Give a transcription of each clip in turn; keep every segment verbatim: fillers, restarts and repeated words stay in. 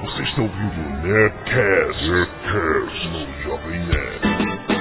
Vocês estão ouvindo o Nerdcast, Nerdcast no Jovem Nerd.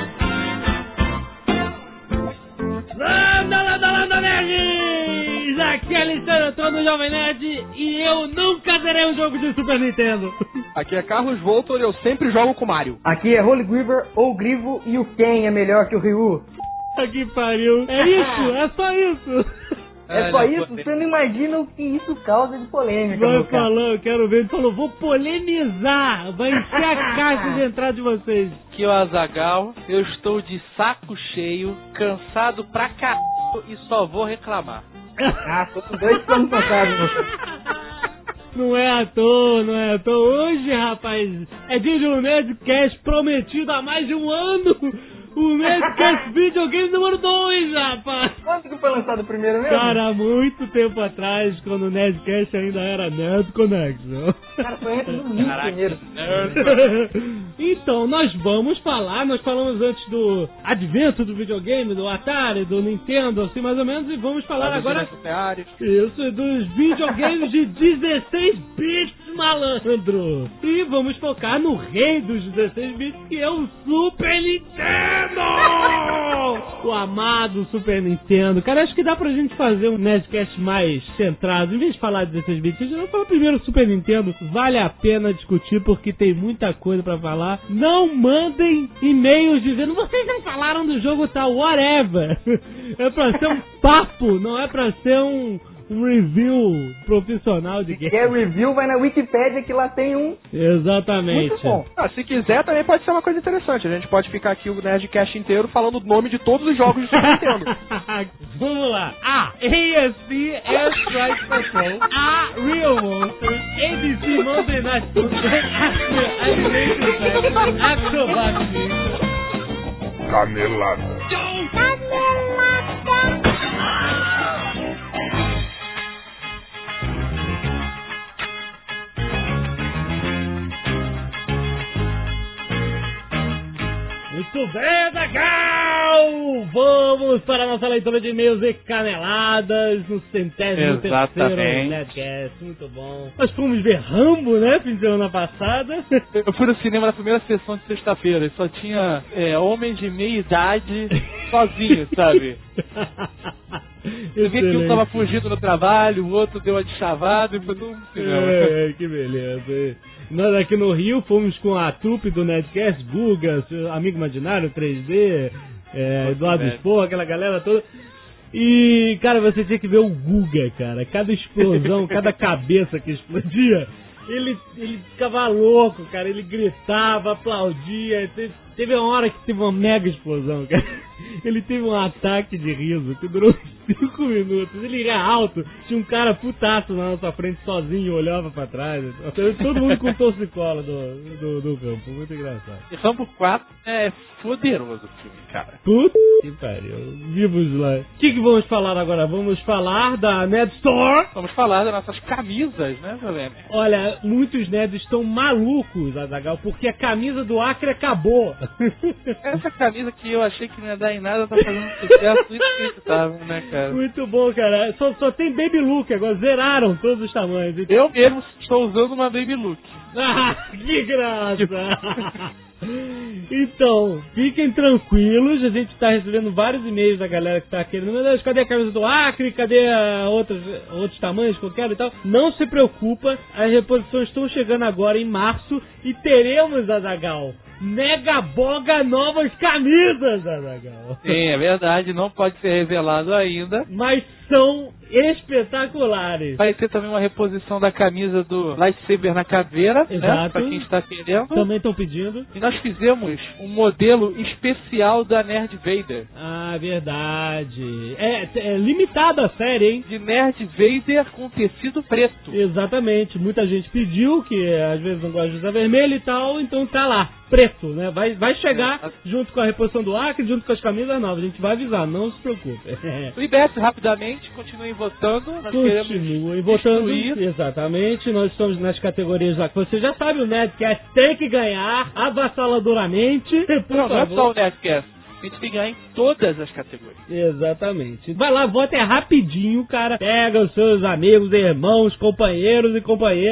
Landa, landa, landa, nerds! Aqui é Alexandre, eu tô no Jovem Nerd e eu nunca terei um jogo de Super Nintendo. Aqui é Carlos Voltor e eu sempre jogo com o Mario. Aqui é Holy Griever ou Grivo e o Ken é melhor que o Ryu. Aqui pariu. É isso, é só isso. É só isso? Você não imagina o que isso causa de polêmica, Vai meu cara. falando, eu quero ver. Ele falou, vou polemizar. Vai encher a caixa de entrada de vocês. Aqui é o Azaghal, eu estou de saco cheio, cansado pra caralho e só vou reclamar. Ah, tô com dois planos cansados, meu. Não é à toa, não é à toa. Hoje, rapaz, é dia de um Nerdcast prometido há mais de um ano. O Nerdcast Videogame número dois, rapaz. Quando que foi lançado o primeiro mesmo? Cara, há muito tempo atrás, quando o Nerdcast ainda era Nerd Connection. Cara, foi antes do vinte primeiro. Então, nós vamos falar, nós falamos antes do advento do videogame, do Atari, do Nintendo, assim mais ou menos, e vamos falar agora... Isso, dos videogames de dezesseis bits, malandro. E vamos focar no rei dos dezesseis bits, que é o Super Nintendo! O amado Super Nintendo. Cara, acho que dá pra gente fazer um Nerdcast mais centrado. Em vez de falar de dezesseis bits, a gente vai falar primeiro do Super Nintendo. Vale a pena discutir porque tem muita coisa pra falar. Não mandem e-mails dizendo vocês não falaram do jogo tal, whatever. É pra ser um papo, não é pra ser um... um review profissional de Se game. quer review, vai na Wikipédia que lá tem um. Exatamente. Muito bom. Ah, se quiser, também pode ser uma coisa interessante. A gente pode ficar aqui o Nerdcast inteiro falando o nome de todos os jogos de Super Nintendo. Vamos lá. A. A S C Air Strike Patrol. A. Real Monsters. A B C Monday Night Football. Animation Sex. Acrobat. Canelada. Muito bem, Azaghal! Vamos para a nossa leitura de e-mails e caneladas no centésimo terceiro Nerdcast. Muito bom. Nós fomos ver Rambo, né, fim de semana passada. Eu fui no cinema na primeira sessão de sexta-feira e só tinha é, homens de meia idade sozinhos, sabe? Eu vi que um tava fugindo no trabalho, o outro deu uma de chavada e foi todo mundo cinema. É, que beleza. Nós aqui no Rio fomos com a trupe do Nerdcast, Guga, seu amigo imaginário, três D, é, Eduardo Expor, aquela galera toda. E, cara, você tinha que ver o Guga, cara. Cada explosão, cada cabeça que explodia, ele, ele ficava louco, cara. Ele gritava, aplaudia. Teve, teve uma hora que teve uma mega explosão, cara. Ele teve um ataque de riso que durou cinco minutos. Ele ia alto, tinha um cara putaço na nossa frente sozinho, olhava pra trás. Todo mundo com torcicola do, do, do campo. Muito engraçado. E Rambo quatro é poderoso o filme, cara. Puta que pariu. Vivos lá. O que, que vamos falar agora? Vamos falar da Nerd Store. Vamos falar das nossas camisas, né, Velene? Olha, muitos nerds estão malucos, Azaghal, porque a camisa do Acre acabou. Essa camisa que eu achei que não ia dar em nada tá fazendo sucesso inacreditável, né, cara? Muito bom, cara. Só, só tem Baby Look agora. Zeraram todos os tamanhos. Eu mesmo estou usando uma Baby Look. Ah, que graça! Então, fiquem tranquilos, a gente tá recebendo vários e-mails da galera que tá querendo, meu Deus, cadê a camisa do Acre, cadê a outros, outros tamanhos que eu quero e tal. Não se preocupa, as reposições estão chegando agora em março e teremos, Azaghal, mega boga novas camisas, Azaghal. Sim, é verdade, não pode ser revelado ainda. Mas são espetaculares. Vai ter também uma reposição da camisa do Lightsaber na caveira, exato, né, pra quem está querendo. Também estão pedindo. E nós fizemos um modelo especial da Nerd Vader. Ah, verdade. É, é limitada a série, hein? De Nerd Vader com tecido preto. Exatamente. Muita gente pediu, que às vezes não gosta de usar vermelho e tal, então tá lá, preto, né? Vai, vai chegar é, junto com a reposição do Acre, junto com as camisas novas. A gente vai avisar, não se preocupe. Liberte rapidamente, continuem votando. Nós Continuem votando. Destruir. Exatamente. Nós estamos nas categorias lá que você já sabe, o Nerdcast tem que ganhar avassaladoramente. Por não, favor. não é só o Nerdcast. A gente tem que ganhar em todas as categorias. Exatamente. Vai lá, vota é rapidinho, cara. Pega os seus amigos, irmãos, companheiros e companheiras.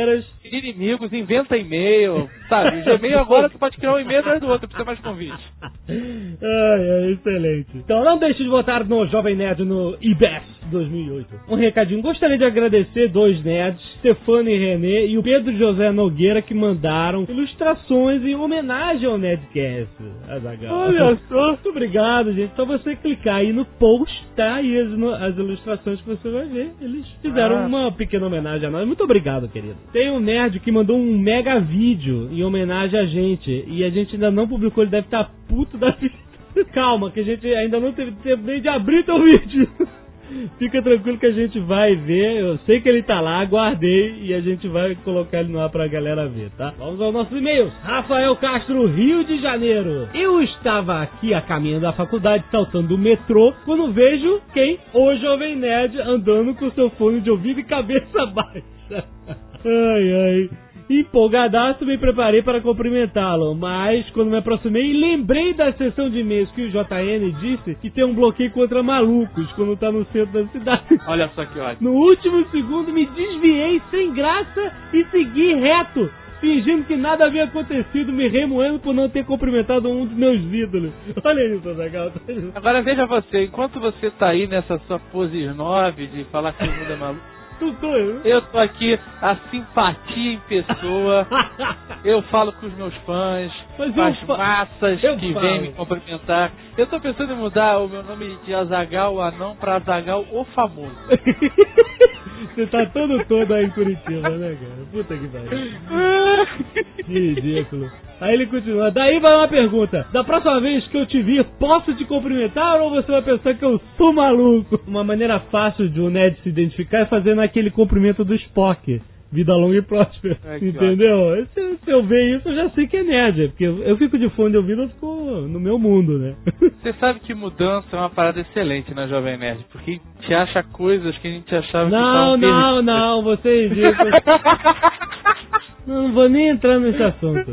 cria inimigos, inventa e-mail, sabe? O Gmail agora você pode criar um e-mail atrás do outro, não precisa mais convite. Ai, é excelente. Então não deixe de votar no Jovem Nerd no I B E S dois mil e oito. Um recadinho, gostaria de agradecer dois nerds, Stefano e René, e o Pedro José Nogueira, que mandaram ilustrações em homenagem ao Nerdcast. Azaghal. Olha só. Muito obrigado, gente. Só você clicar aí no post, tá aí as, as ilustrações que você vai ver. Eles fizeram ah. uma pequena homenagem a nós. Muito obrigado, querido. Tem um nerd que mandou um mega vídeo em homenagem a gente, e a gente ainda não publicou, ele deve estar puto da vida. Calma, que a gente ainda não teve tempo nem de abrir teu vídeo. Fica tranquilo que a gente vai ver. Eu sei que ele tá lá, aguardei, e a gente vai colocar ele no ar pra galera ver, tá? Vamos aos nossos e-mails. Rafael Castro, Rio de Janeiro. Eu estava aqui a caminho da faculdade, saltando do metrô, quando vejo quem? O Jovem Nerd andando com seu fone de ouvido e cabeça baixa. Ai, ai. Empolgadaço, me preparei para cumprimentá-lo, mas quando me aproximei, lembrei da sessão de e-mails que o J N disse que tem um bloqueio contra malucos quando tá no centro da cidade. Olha só que ótimo. No último segundo me desviei sem graça e segui reto, fingindo que nada havia acontecido, me remoendo por não ter cumprimentado um dos meus ídolos. Olha isso, Azaghal. Agora veja você, enquanto você tá aí nessa sua pose nove de falar que o mundo é maluco, eu tô aqui, a simpatia em pessoa. Eu falo com os meus fãs, com as massas eu que falo. vêm me cumprimentar. Eu tô pensando em mudar o meu nome de Azaghal o Anão pra Azaghal o Famoso. Você tá todo todo aí em Curitiba, né, cara? Puta que pariu. Que ridículo. Aí ele continua. Daí vai uma pergunta. Da próxima vez que eu te vir, posso te cumprimentar ou você vai pensar que eu sou maluco? Uma maneira fácil de um nerd se identificar é fazendo aquele cumprimento do Spock. Vida longa e próspera. É, entendeu? Se, se eu ver isso, eu já sei que é nerd. Porque eu, eu fico de fone de ouvido, eu fico no meu mundo, né? Você sabe que mudança é uma parada excelente na Jovem Nerd. Porque a gente acha coisas que a gente achava não, que Não, não, não. Você é ridículo. Não, não vou nem entrar nesse assunto.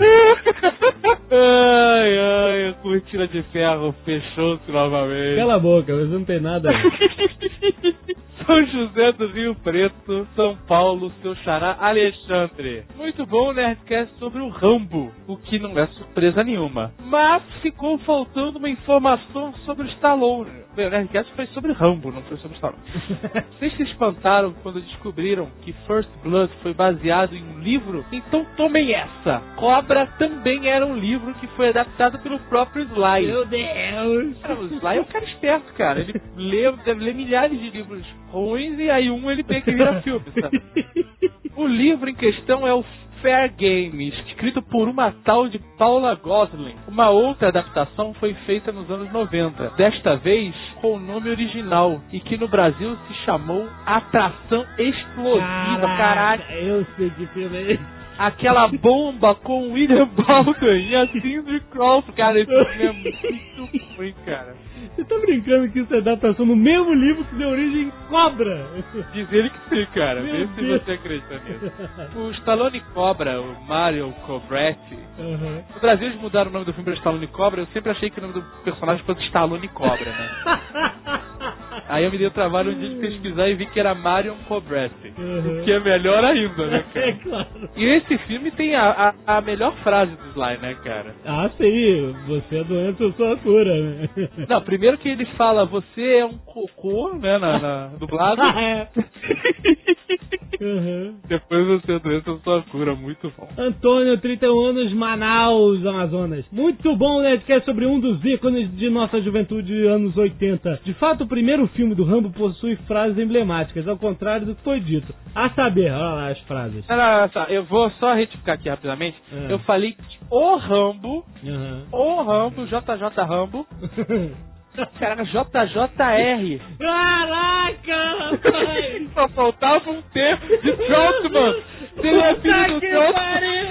Ai, ai, a cortina de ferro fechou-se novamente. Cala a boca, você não tem nada. São José do Rio Preto, São Paulo, seu xará Alexandre. Muito bom o Nerdcast sobre o Rambo, o que não é surpresa nenhuma. Mas ficou faltando uma informação sobre o Stallone. Bem, o Nerdcast foi sobre Rambo, não foi sobre Stallone. Vocês se espantaram quando descobriram que First Blood foi baseado em um livro? Então tomem essa! Cobra também era um livro que foi adaptado pelo próprio Sly. Meu Deus! Cara, o Sly é um cara esperto, cara. Ele lê, deve ler milhares de livros ruins e aí um ele pega e vira filme, sabe? O livro em questão é o Fair Games, escrito por uma tal de Paula Gosling. Uma outra adaptação foi feita nos anos noventa, desta vez com o nome original, e que no Brasil se chamou Atração Explosiva. Caraca, eu sei que filme é esse. Aquela bomba com William Baldwin e a Cindy Crawford. Cara, esse filme é muito ruim, cara. Você tá brincando que isso é adaptação no mesmo livro que deu origem em Cobra? Diz ele que sim, cara. Meu Vê se Deus. você acredita nisso. O Stallone Cobra, o Mario Cobretti. Uhum. No Brasil eles mudaram o nome do filme para Stallone Cobra. Eu sempre achei que o nome do personagem fosse Stallone Cobra, né? Aí eu me dei o trabalho um dia de pesquisar e vi que era Marion Cobretti. Uhum. O que é melhor ainda, né, cara? É claro. E esse filme tem a, a, a melhor frase do Sly, né, cara? Ah, sim. Você é doente, eu sou a cura, né? Não, primeiro que ele fala, você é um cocô, né, na, na dublado. Ah, é. Uhum. Depois você é doente, eu sou a cura. Muito bom. Antônio, trinta e um anos, Manaus, Amazonas. Muito bom, né? Que é sobre um dos ícones de nossa juventude, anos oitenta. De fato, o primeiro filme do Rambo possui frases emblemáticas, ao contrário do que foi dito. A saber, olha lá as frases. Não, não, não, eu vou só retificar aqui rapidamente. É. Eu falei que o Rambo, uhum. o Rambo, J J Rambo... Caraca, J J R. Caraca, rapaz. Só faltava um T de Troutman. Você é filho do Troutman.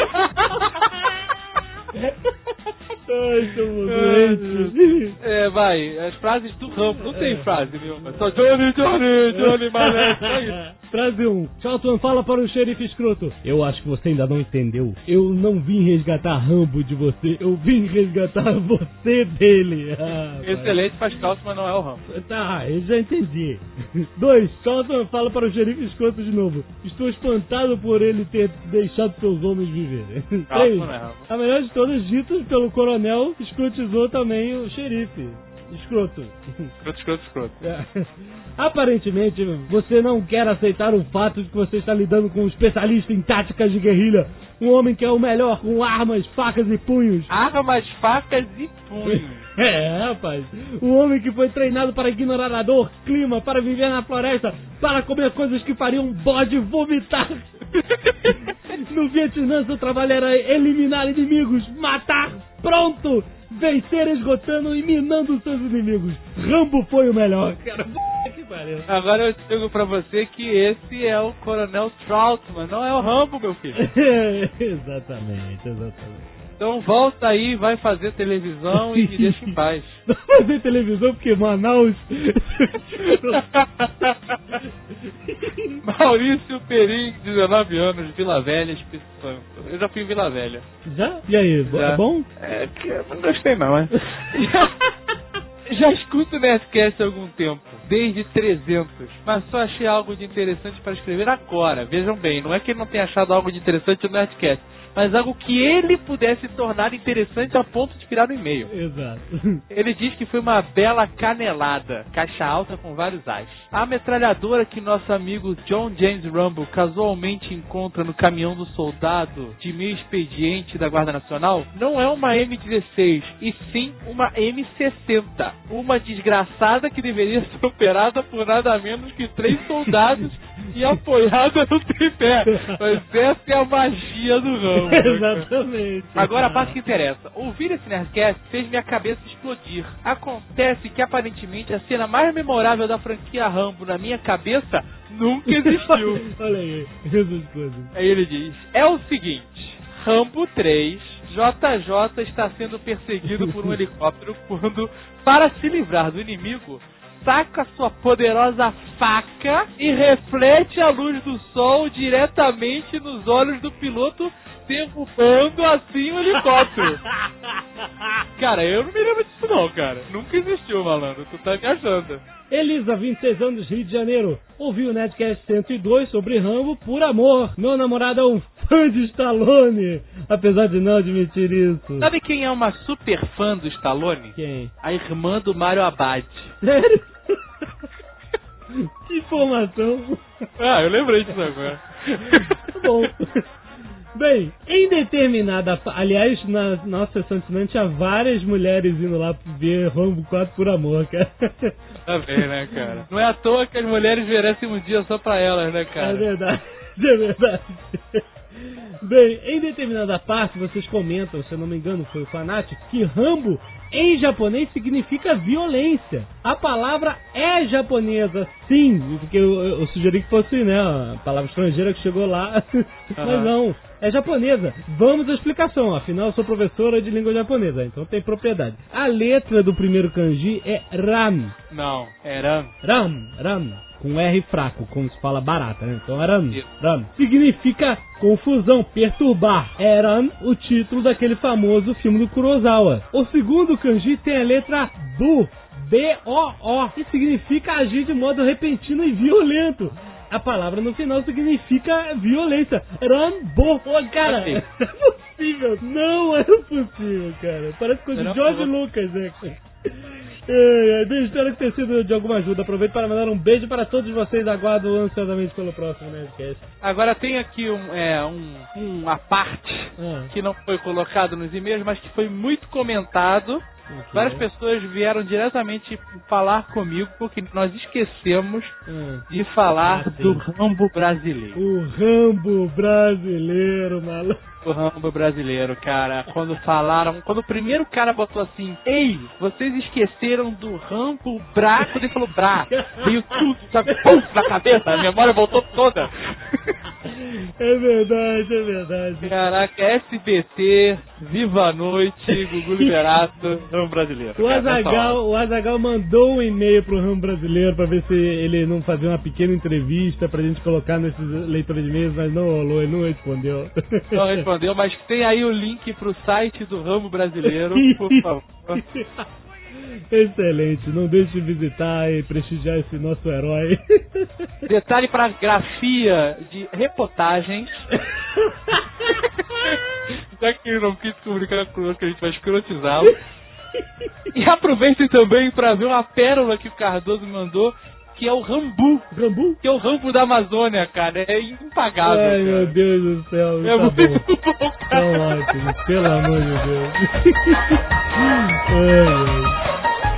Ai, estamos doentes. É, vai, as frases do Rambo. Não tem frase nenhuma. Só Johnny, Johnny, Johnny, Mané. Só isso. Frase um. Charlton fala para o xerife escroto. Eu acho que você ainda não entendeu. Eu não vim resgatar Rambo de você. Eu vim resgatar você dele. Ah, excelente, faz calço, mas não é o Rambo. Tá, eu já entendi. dois. Charlton fala para o xerife escroto de novo. Estou espantado por ele ter deixado seus homens viverem. três. A melhor de todas, ditas pelo coronel, escrotizou também o xerife. Escroto. Escroto, escroto, escroto. É. Aparentemente, você não quer aceitar o fato de que você está lidando com um especialista em táticas de guerrilha. Um homem que é o melhor com armas, facas e punhos. Armas, facas e punhos. É, rapaz. Um homem que foi treinado para ignorar a dor, clima, para viver na floresta, para comer coisas que fariam um bode vomitar. No Vietnã, seu trabalho era eliminar inimigos, matar, pronto! Vencer esgotando e minando seus inimigos. Rambo foi o melhor, cara. Que pariu. Agora eu digo pra você que esse é o Coronel Trautmann, não é o Rambo, meu filho. Exatamente, exatamente. Então volta aí, vai fazer televisão e me deixa em paz. Vai fazer televisão porque Manaus... Maurício Perim, dezenove anos, Vila Velha, Espírito Santo. Eu já fui em Vila Velha. Já? E aí, já. É bom? É, que eu não gostei não, é? Já escuto o Nerdcast há algum tempo, desde trezentos, mas só achei algo de interessante para escrever agora. Vejam bem, não é que ele não tenha achado algo de interessante no Nerdcast, mas algo que ele pudesse tornar interessante a ponto de virar no e-mail. Exato. Ele diz que foi uma bela canelada, caixa alta com vários ás. A metralhadora que nosso amigo John James Rambo casualmente encontra no caminhão do soldado de meio expediente da Guarda Nacional não é uma M dezesseis, e sim uma M sessenta. Uma desgraçada que deveria ser operada por nada menos que três soldados e apoiada no tripé. Mas essa é a magia do Rambo. Exatamente. Agora a parte que interessa. Ouvir esse Nerdcast fez minha cabeça explodir. Acontece que aparentemente a cena mais memorável da franquia Rambo na minha cabeça nunca existiu. Olha aí, essas coisas. Aí ele diz, é o seguinte, Rambo três, J J está sendo perseguido por um helicóptero quando, para se livrar do inimigo, saca sua poderosa faca e reflete a luz do sol diretamente nos olhos do piloto, derrubando assim o helicóptero. Cara, eu não me lembro disso não, cara. Nunca existiu, malandro. Tu tá me achando. Elisa, vinte e seis anos, Rio de Janeiro. Ouvi o Nerdcast cento e dois sobre Rambo por amor. Meu namorado é um fã de Stallone, apesar de não admitir isso. Sabe quem é uma super fã do Stallone? Quem? A irmã do Mário Abad. Sério? Que informação. Ah, eu lembrei disso agora. Bom. Bem, em determinada... Aliás, na nossa sessão de tinha várias mulheres indo lá ver Rambo quatro por amor, cara. Tá bem, né, cara? Não é à toa que as mulheres merecem um dia só pra elas, né, cara? É verdade, é verdade. Bem, em determinada parte, vocês comentam, se eu não me engano, foi o Fanático, que Rambo, em japonês, significa violência. A palavra é japonesa, sim, porque eu, eu sugeri que fosse, né, a palavra estrangeira que chegou lá, uhum. Mas não, é japonesa. Vamos à explicação, afinal eu sou professora de língua japonesa, então tem propriedade. A letra do primeiro kanji é Ram. Não, é Ram. Ram, Ram. Com R fraco, como se fala barata, né? Então, Ram, Ram. Significa confusão, perturbar. É Ram, o título daquele famoso filme do Kurosawa. O segundo kanji tem a letra Bu, B O O, que significa agir de modo repentino e violento. A palavra no final significa violência. Rambo, oh, cara, assim. É possível. Não é possível, cara. Parece coisa de George Lucas, né? É, é, espero que tenha sido de alguma ajuda. Aproveito para mandar um beijo para todos vocês. Aguardo ansiosamente pelo próximo Nerdcast. Agora tem aqui um, é, um, uma parte ah. que não foi colocado nos e-mails, mas que foi muito comentado. Okay. Várias pessoas vieram diretamente falar comigo porque nós esquecemos hum. de falar ah, do Rambo brasileiro. O Rambo brasileiro, maluco. O Rambo brasileiro, cara. Quando falaram, quando o primeiro cara botou assim, ei, vocês esqueceram do Rambo Bra, quando ele falou Bra, veio tudo, sabe, pum, na cabeça, a memória voltou toda. É verdade, é verdade. Caraca, S B T, Viva a Noite, Gugu Liberato, Ramo Brasileiro. O Azaghal, o Azaghal mandou um e-mail pro Ramo Brasileiro pra ver se ele não fazia uma pequena entrevista pra gente colocar nesses leitores de e-mails, mas não rolou, ele não respondeu. Não respondeu, mas tem aí o link pro site do Ramo Brasileiro, por favor. Excelente, não deixe de visitar e prestigiar esse nosso herói. Detalhe para grafia de reportagens. Já que ele não quis comunicar conosco, que a gente vai escrotizá-lo. E aproveitem também para ver uma pérola que o Cardoso mandou, que é o Rambu. Rambu? Que é o Rambu da Amazônia, cara. É impagável. Ai, cara. meu Deus do céu. É tá muito bom. bom, cara. Tão ótimo, pelo amor de Deus. Ai, ai.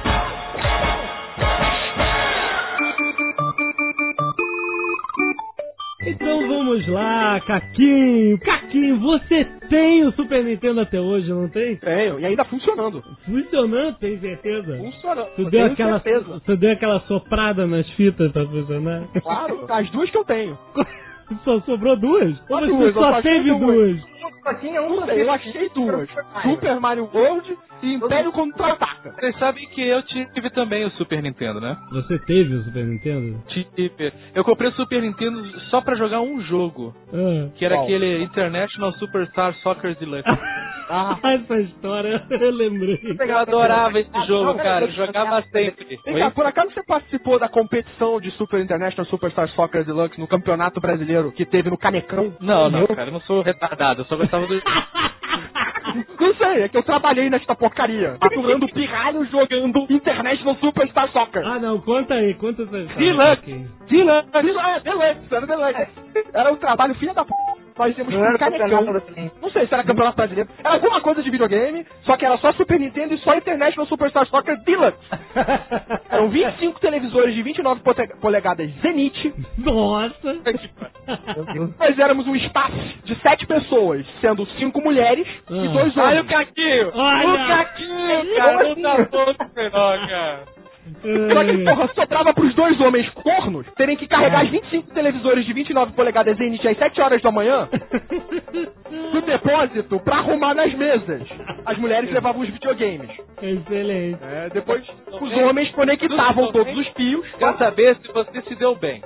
Então vamos lá, Caquinho. Caquinho, você tem o Super Nintendo até hoje, não tem? Tenho, e ainda funcionando. Funcionando, tem certeza? Funcionando. Tu deu, tenho aquela, certeza. tu deu aquela soprada nas fitas pra funcionar? Claro, as duas que eu tenho. Só sobrou duas? Só Ou você duas, eu só só teve achei duas? Só tinha uma Não sei, eu achei duas. Super Mario World e Império Contra-Ataca. Vocês sabem que eu tive também o Super Nintendo, né? Você teve o Super Nintendo? Tive. Eu comprei o Super Nintendo só pra jogar um jogo, Ah. que era Qual? aquele International Superstar Soccer Deluxe. Ah, Essa história eu lembrei. Eu adorava esse jogo, cara. Eu jogava sempre. vem cá, por acaso você participou da competição de Super International Superstar Soccer Deluxe no Campeonato Brasileiro que teve no Canecão? Não, não, cara. Eu não sou retardado. Eu só gostava do... Não sei, é que eu trabalhei nesta porcaria, faturando pirralhos jogando International Superstar Soccer. Ah, não, conta aí, conta essa história. Deluxe! Deluxe! É, Deluxe, era Deluxe. Era um trabalho filha da p... Nós tínhamos Não um era canecão. campeonato brasileiro. Não sei se era campeonato brasileiro. Era alguma coisa de videogame, só que era só Super Nintendo e só International Superstar Soccer Deluxe. Eram vinte e cinco televisores de vinte e nove pote- polegadas Zenith. Nossa! Nós éramos um staff de sete pessoas, sendo cinco mulheres Ah. e dois homens. Olha o Caquinho! Olha! O Caquinho, cara! Não tá bom, menor, cara. Só que, porra, sobrava pros dois homens cornos terem que carregar as vinte e cinco televisores de vinte e nove polegadas Zenith às sete horas da manhã do depósito pra arrumar nas mesas. As mulheres levavam os videogames. Excelente. É, depois os homens conectavam todos os fios. Quero saber se você se deu bem.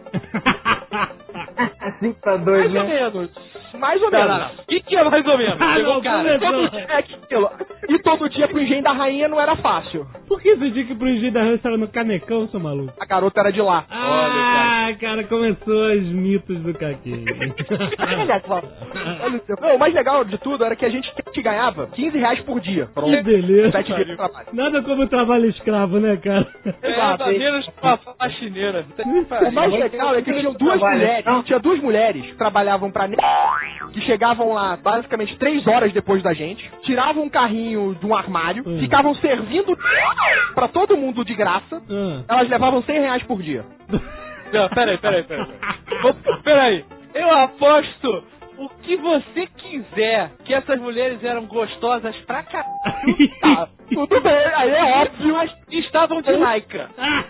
cinco pra dois, Mais ou né? menos. Mais ou Não, menos. não, não. O que, que é mais ou menos? Ah, Pegou não, o cara. começou. Todo dia, é aquilo. E todo dia pro engenho da rainha não era fácil. Por que você tinha que proibir da rança no canecão, seu maluco? A garota era de lá. Ah, cara, começou os mitos do Caquinho. Olha só. Olha só. Não, o mais legal de tudo era que a gente que ganhava quinze reais por dia. Que beleza. Sete dias de trabalho. Nada como trabalho escravo, né, cara? Exato. Menos uma faxineira. O mais legal é que tinham duas mulheres, tinha duas mulheres que trabalhavam pra que chegavam lá basicamente três horas depois da gente, tiravam um carrinho de um armário, Hum. ficavam servindo pra todo mundo de graça, Ah. elas levavam cem reais por dia. Não, peraí, peraí, peraí. Ô, Peraí. Eu aposto o que você quiser que essas mulheres eram gostosas pra caralho. Tá, tudo bem, aí é óbvio. Mas estavam de lycra.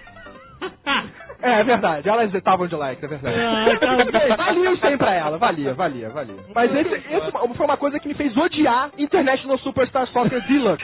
É, é verdade, elas estavam de like, é verdade. Ah, tá Tudo bem, valia o cem pra ela, valia, valia, valia. Mas esse, esse foi uma coisa que me fez odiar International Superstar Soccer Deluxe.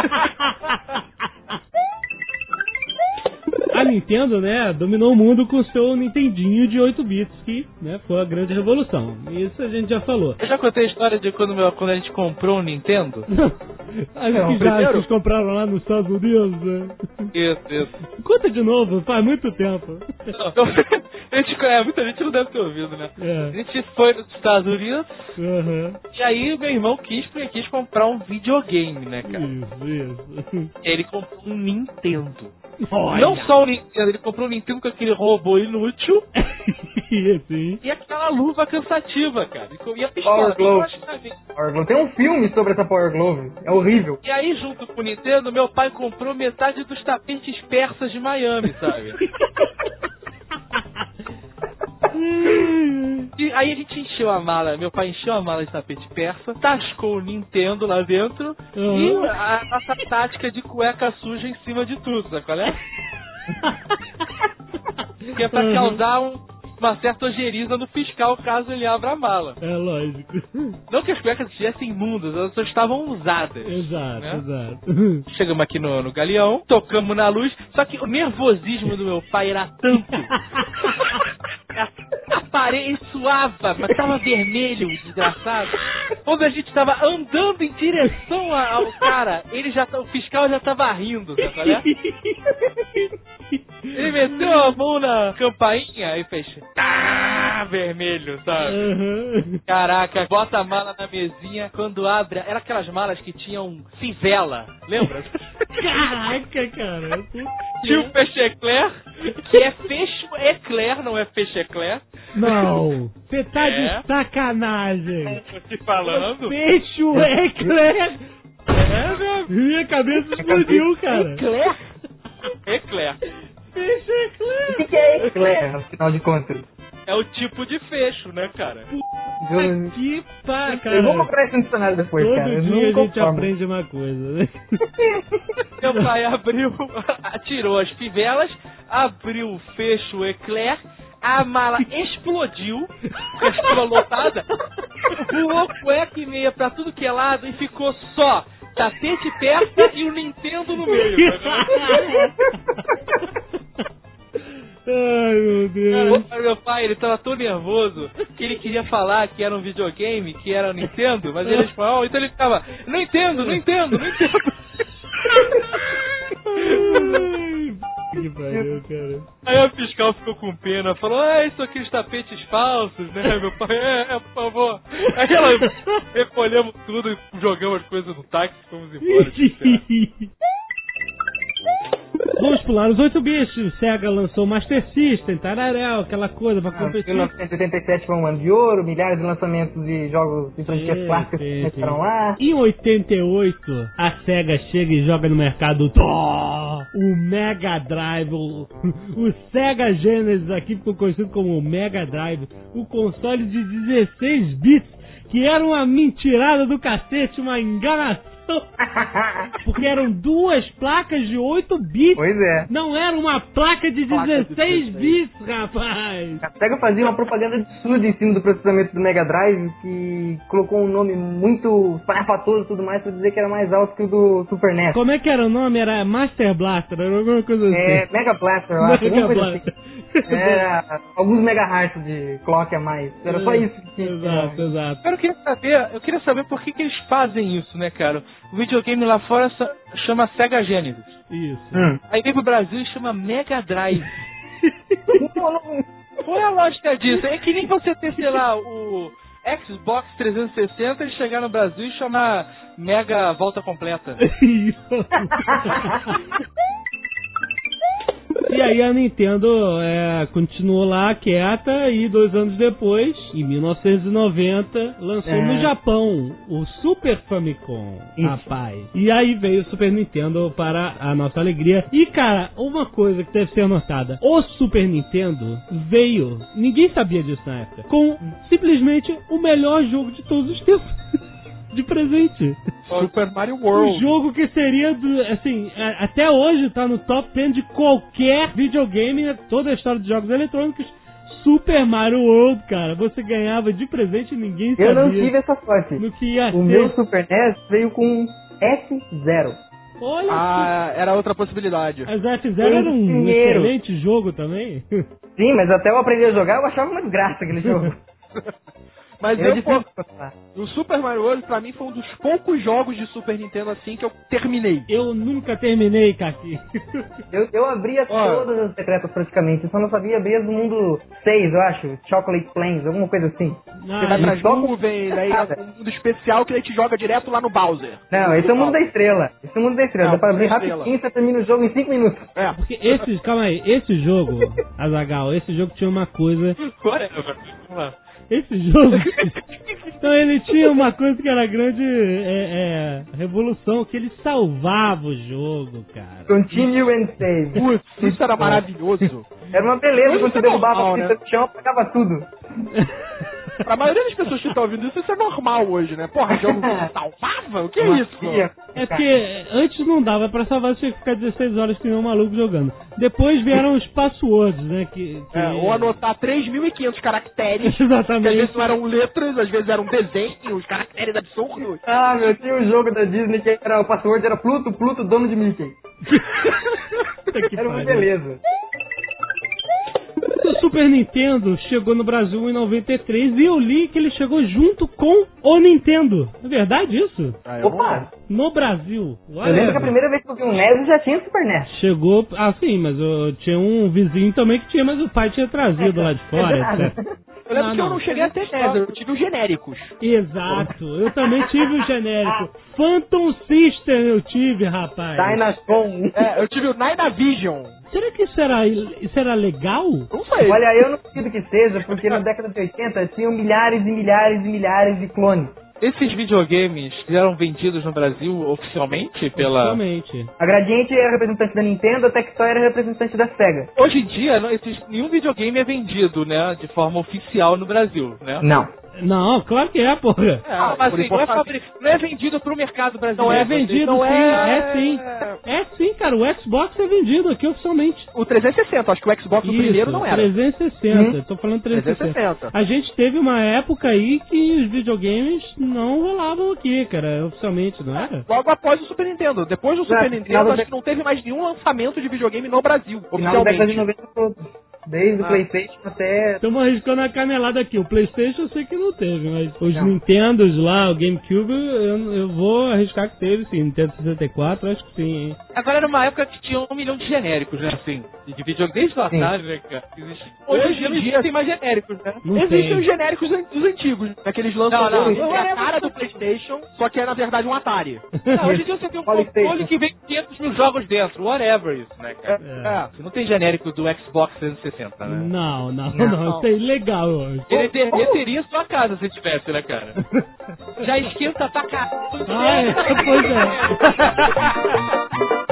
A Nintendo, né, dominou o mundo com o seu Nintendinho de oito bits, que, né, foi a grande revolução. Isso a gente já falou. Eu já contei a história de quando, meu, quando a gente comprou um Nintendo. Acho Não, que já primeiro- vocês compraram lá nos Estados Unidos, né? Isso, isso. Conta de novo, faz muito tempo. Não, a gente, é, muita gente não deve ter ouvido, né? A É. gente foi nos Estados Unidos Aham. e aí meu irmão quis, quis comprar um videogame, né, cara? Isso, isso. E aí ele comprou um Nintendo. Olha. Não só o Nintendo, ele comprou um Nintendo com aquele robô inútil Assim. e aquela luva cansativa, cara. E ia Power piscar. Glove. Power Glove. Tem um filme sobre essa Power Glove. É horrível. E aí, junto com o Nintendo, meu pai comprou metade dos tapetes persas de Miami, sabe? E aí a gente encheu a mala, meu pai encheu a mala de tapete persa, tascou o Nintendo lá dentro Uhum. e a nossa tática de cueca suja em cima de tudo, sabe qual é? Que é pra Uhum. causar um uma certa ojeriza no fiscal caso ele abra a mala. É lógico. Não que as cuecas estivessem imundas, elas só estavam usadas. Exato, né? exato. Chegamos aqui no, no galeão, tocamos na luz, só que o nervosismo do meu pai era tanto. A parede suava, mas tava vermelho, desgraçado. Quando a gente tava andando em direção ao cara, ele já, o fiscal já tava rindo, sabe, né? Ele meteu a mão na campainha e fez tá vermelho, sabe? Uhum. Caraca, bota a mala na mesinha, quando abre, era aquelas malas que tinham fivela, lembra? Caraca, cara. Tinha o peixe eclair, que é fecho eclair, não é peixe eclair. Não, você tá é. de sacanagem. Tô te falando. Peixe eclair. É, meu. Minha cabeça explodiu, cara. Eclair? Eclair. Peixe eclair. O que, que é eclair, afinal de contas? É o tipo de fecho, né, cara? Puta que pá, cara. Eu vou comprar esse dicionário depois, Todo cara. Eu dia não a gente conformo. aprende uma coisa, né? Meu pai abriu, tirou as fivelas, abriu o fecho eclair, a mala explodiu, porque estava lotada, voou cueca e meia pra tudo que é lado e ficou só tapete persa e o Nintendo no meio. Ai, meu Deus. Cara, meu pai, ele tava tão nervoso que ele queria falar que era um videogame, que era o Nintendo, mas ele é espanhol, então ele ficava, não entendo, não entendo, não entendo. Que pariu, cara. Aí o fiscal ficou com pena, falou, ah, isso aqui os tapetes falsos, né, meu pai? É, é, por favor. Aí ela recolhemos tudo e jogamos as coisas no táxi e fomos embora. Vamos pular os oito bichos. Sega lançou Master System, tararel, aquela coisa pra competir. mil novecentos e oitenta e sete foi um ano de ouro, milhares de lançamentos de jogos de franquias clássicas que começaram lá. Em oitenta e oito, a Sega chega e joga no mercado tó, o Mega Drive, o, o Sega Genesis, aqui ficou conhecido como o Mega Drive, o console de dezesseis bits, que era uma mentirada do cacete, uma enganação. Porque eram duas placas de oito bits. Pois é. Não era uma placa de dezesseis bits, rapaz. A Sega fazia uma propaganda absurda em cima do processamento do Mega Drive, que colocou um nome muito farrapatoso e tudo mais pra dizer que era mais alto que o do Super N E S. Como é que era o nome? Era Master Blaster, era alguma coisa assim. É, Mega Blaster, eu acho. Mega Coisa Blaster. assim. Era alguns megahertz de clock a mais. Era só isso que tinha. Exato, exato. Eu queria saber, eu queria saber por que, que eles fazem isso, né, cara? O videogame lá fora chama Sega Genesis. Isso. Hum. Aí vem pro Brasil e chama Mega Drive. Qual é a lógica disso? É que nem você ter, sei lá, o Xbox trezentos e sessenta e chegar no Brasil e chamar Mega Volta Completa. Isso. E aí a Nintendo é, continuou lá quieta e dois anos depois, em mil novecentos e noventa, lançou é. no Japão o Super Famicom, Isso. rapaz. E aí veio o Super Nintendo para a nossa alegria. E cara, uma coisa que deve ser notada, o Super Nintendo veio, ninguém sabia disso na época, com simplesmente o melhor jogo de todos os tempos. De presente. Super Mario World. O jogo que seria, do, assim, até hoje tá no top dez de qualquer videogame, toda a história de jogos eletrônicos. Super Mario World, cara. Você ganhava de presente e ninguém sabia. Eu não tive essa sorte. No que ia o ser. meu Super N E S veio com F zero. Olha ah, que... era outra possibilidade. Mas F zero era um primeiro. excelente jogo também. Sim, mas até eu aprender a jogar, eu achava uma desgraça aquele jogo. Mas eu, pô, o Super Mario World pra mim foi um dos poucos jogos de Super Nintendo assim que eu terminei. Eu nunca terminei, Kaki. Eu, eu abria Ó, todas as secretas praticamente, eu só não sabia abrir do mundo seis, eu acho, Chocolate Plains, alguma coisa assim. Ah, você vai pras nuvens, aí é um mundo especial que ele te joga direto lá no Bowser. Não, esse é o mundo da estrela. Esse é o mundo da estrela, não, dá pra abrir rapidinho, você termina o jogo em cinco minutos. É, porque esse, calma aí, esse jogo, Azaghal, esse jogo tinha uma coisa... Vamos lá. Esse jogo, então ele tinha uma coisa que era grande é, é, revolução, que ele salvava o jogo, cara. Continue and save. Putz, isso era maravilhoso. Era uma beleza quando você derrubava a pista do chão, apagava tudo. Pra maioria das pessoas que estão ouvindo isso, isso é normal hoje, né? Porra, jogo salvava? O que é isso? É porque antes não dava pra salvar, você tinha que ficar dezesseis horas que nem um maluco jogando. Depois vieram os passwords, né? Que, que... É, ou anotar três mil e quinhentos caracteres. Exatamente. Que às vezes não eram letras, às vezes eram desenhos, caracteres absurdos. Ah, meu, tinha um jogo da Disney que era, o password era Pluto, Pluto, dono de Mickey. Era uma beleza. O Super Nintendo chegou no Brasil em noventa e três e eu li que ele chegou junto com o Nintendo. É verdade isso? Ah, Opa! No Brasil. Eu lembro que a primeira vez que eu vi um N E S já tinha Super N E S. Chegou... Ah, sim, mas eu tinha um vizinho também que tinha, mas o pai tinha trazido É, lá de fora, é etcétera. Eu lembro Ah, que eu não. não cheguei a ter N E S, eu tive os genéricos. Exato. Eu também tive o genérico. Phantom System eu tive, rapaz. Dynascom. É, eu tive o Dynavision. Será que isso era, isso era legal? Não sei. Olha, eu não duvido que seja, porque na década de oitenta tinham milhares e milhares e milhares de clones. Esses videogames eram vendidos no Brasil oficialmente pela... Oficialmente. A Gradiente era representante da Nintendo, a Tectoy era representante da Sega. Hoje em dia, não existe, nenhum videogame é vendido, né, de forma oficial no Brasil, né? Não. Não, claro que é, porra. É, mas assim, não, é fabri... não é vendido pro mercado brasileiro. Não é vendido, não sim. é- É sim. É sim, cara. O Xbox é vendido aqui oficialmente. O trezentos e sessenta, acho que o Xbox do Isso, primeiro não era. trezentos e sessenta. Hum? Tô falando trezentos e sessenta. trezentos e sessenta. A gente teve uma época aí que os videogames não rolavam aqui, cara, oficialmente, não era? Logo após o Super Nintendo. Depois do Super É, Nintendo, final acho da- que não teve mais nenhum lançamento de videogame no Brasil, Final da década de oficialmente. noventa todo. Desde o Ah. PlayStation até... Estamos arriscando a canelada aqui. O PlayStation eu sei que não teve, mas os Não. Nintendos lá, o GameCube, eu, eu vou arriscar que teve, sim. Nintendo sessenta e quatro, acho que sim, hein? Agora era uma época que tinha um milhão de genéricos, né, assim, de videogame desde o Atari, né, cara? Existe... Hoje Hoje em em dia- dia tem mais genéricos, né? Não Existem tem. os genéricos an- dos antigos, aqueles Não, lançadores não, que é não a é cara do PlayStation, só que é na verdade um Atari. Não, hoje em dia você tem um PlayStation. controle que vem quinhentos mil jogos dentro, whatever isso, né, cara? É. Você não tem genérico do Xbox trezentos e sessenta, né? Não, não, Não. não. Isso é ilegal, eu acho. Ele, ter, ele teria sua casa se tivesse, né, cara? Já esquenta pra cá. Ah, é, pois é.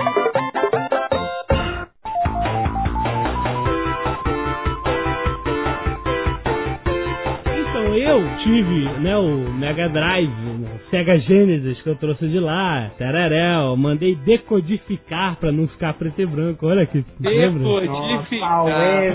Então, eu tive, né, o Mega Drive, né, Sega Genesis, que eu trouxe de lá, tereréu, mandei decodificar pra não ficar preto e branco, olha aqui, lembra? Nossa,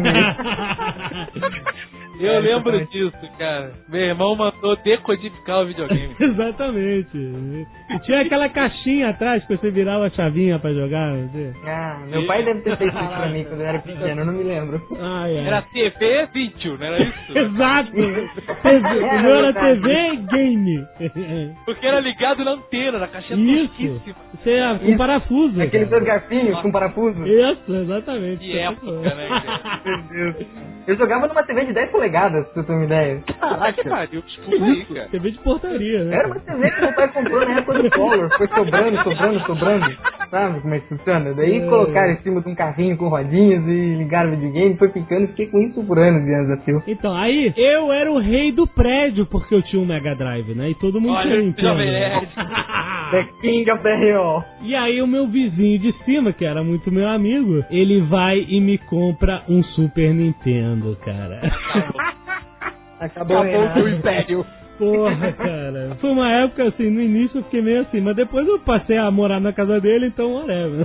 Eu lembro disso, cara. Meu irmão mandou decodificar o videogame. Exatamente. E tinha aquela caixinha atrás que você virava a chavinha pra jogar, não sei. Ah, meu pai deve ter feito isso pra mim quando eu era pequeno, eu não me lembro. Ai, ai. Era T V vídeo, não era isso? Exato! T V, o meu era T V e game. Porque era ligado na antena, na caixinha Isso! tosquíssima. Isso é com Isso. parafuso. Aqueles cara. dois garfinhos com parafuso. Isso, exatamente. Que época, né, cara? Meu Deus. Eu jogava numa T V de dez polegadas, pra você ter uma ideia. Ah, que pariu, desculpa aí, cara. T V de portaria, né? Era uma T V que meu pai comprou na época do Collor. Foi sobrando, sobrando, sobrando. Sabe como é que funciona? Daí É. colocaram em cima de um carrinho com rodinhas e ligaram o videogame, foi ficando e fiquei com isso por anos e anos a fio. Então, aí, eu era o rei do prédio porque eu tinha um Mega Drive, né? E todo mundo Olha, tinha esse Nintendo. Jovem Nerd. The King of the Hill. E aí o meu vizinho de cima, que era muito meu amigo, ele vai e me compra um Super Nintendo, cara. Acabou, Acabou Renato. o império. Porra, cara. Foi uma época assim, no início eu fiquei meio assim, mas depois eu passei a morar na casa dele, então whatever.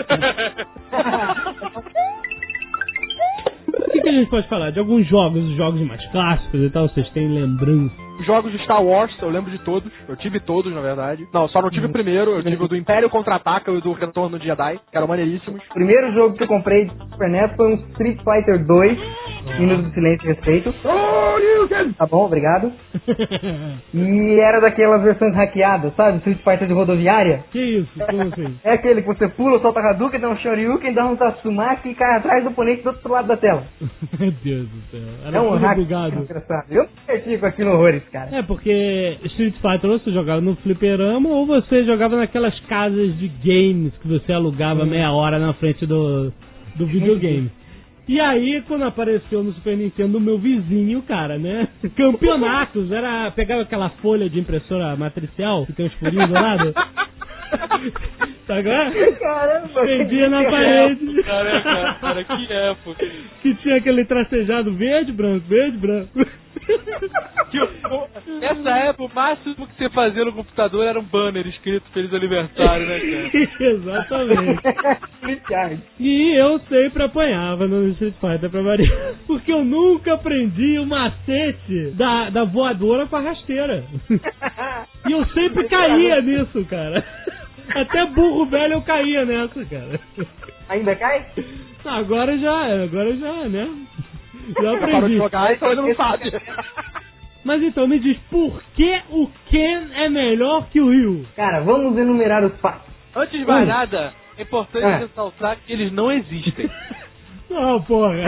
O que, que a gente pode falar? De alguns jogos, os jogos mais clássicos e tal, vocês têm lembrança? Jogos de Star Wars, eu lembro de todos. Eu tive todos, na verdade. Não, só não tive o primeiro. Eu tive o do Império Contra-Ataca e o do Retorno de Jedi, que eram maneiríssimos. O primeiro jogo que eu comprei de Super N E S foi um Street Fighter dois, Hino do Silêncio e Respeito. Tá bom, obrigado. E era daquelas versões hackeadas, sabe? Street Fighter de rodoviária. Que isso? Como assim? É aquele que você pula, solta a Hadouken, dá um Shoryuken, dá um Tatsumaki e cai atrás do oponente do outro lado da tela. Meu Deus do céu. Era É um tudo hack bugado. engraçado. Eu me diverti com aquilo horrores, cara. É, porque Street Fighter ou você jogava no fliperama ou você jogava naquelas casas de games que você alugava meia hora na frente do, do videogame. E aí, quando apareceu no Super Nintendo o meu vizinho, cara, né? Campeonatos, era. Pegava aquela folha de impressora matricial que tem uns furinhos do lado. Tá agora? Caramba, Pendia na parede. Cara, cara, cara, que época. Que tinha aquele tracejado verde, branco, verde, branco. Nessa época, o máximo que você fazia no computador era um banner escrito Feliz Aniversário, né, cara? Exatamente. E eu sempre apanhava no Street Fighter pra variar, porque eu nunca aprendi o macete da, da voadora com a rasteira. E eu sempre caía nisso, cara. Até burro velho eu caía nessa, cara. Ainda cai? Agora já, agora já, né? Já aprendi. Parou de jogar, então ele não sabe. Mas então, me diz, por que o Ken é melhor que o Ryu? Cara, vamos enumerar os fatos. Antes de mais nada, é importante É. ressaltar que eles não existem. Não, porra.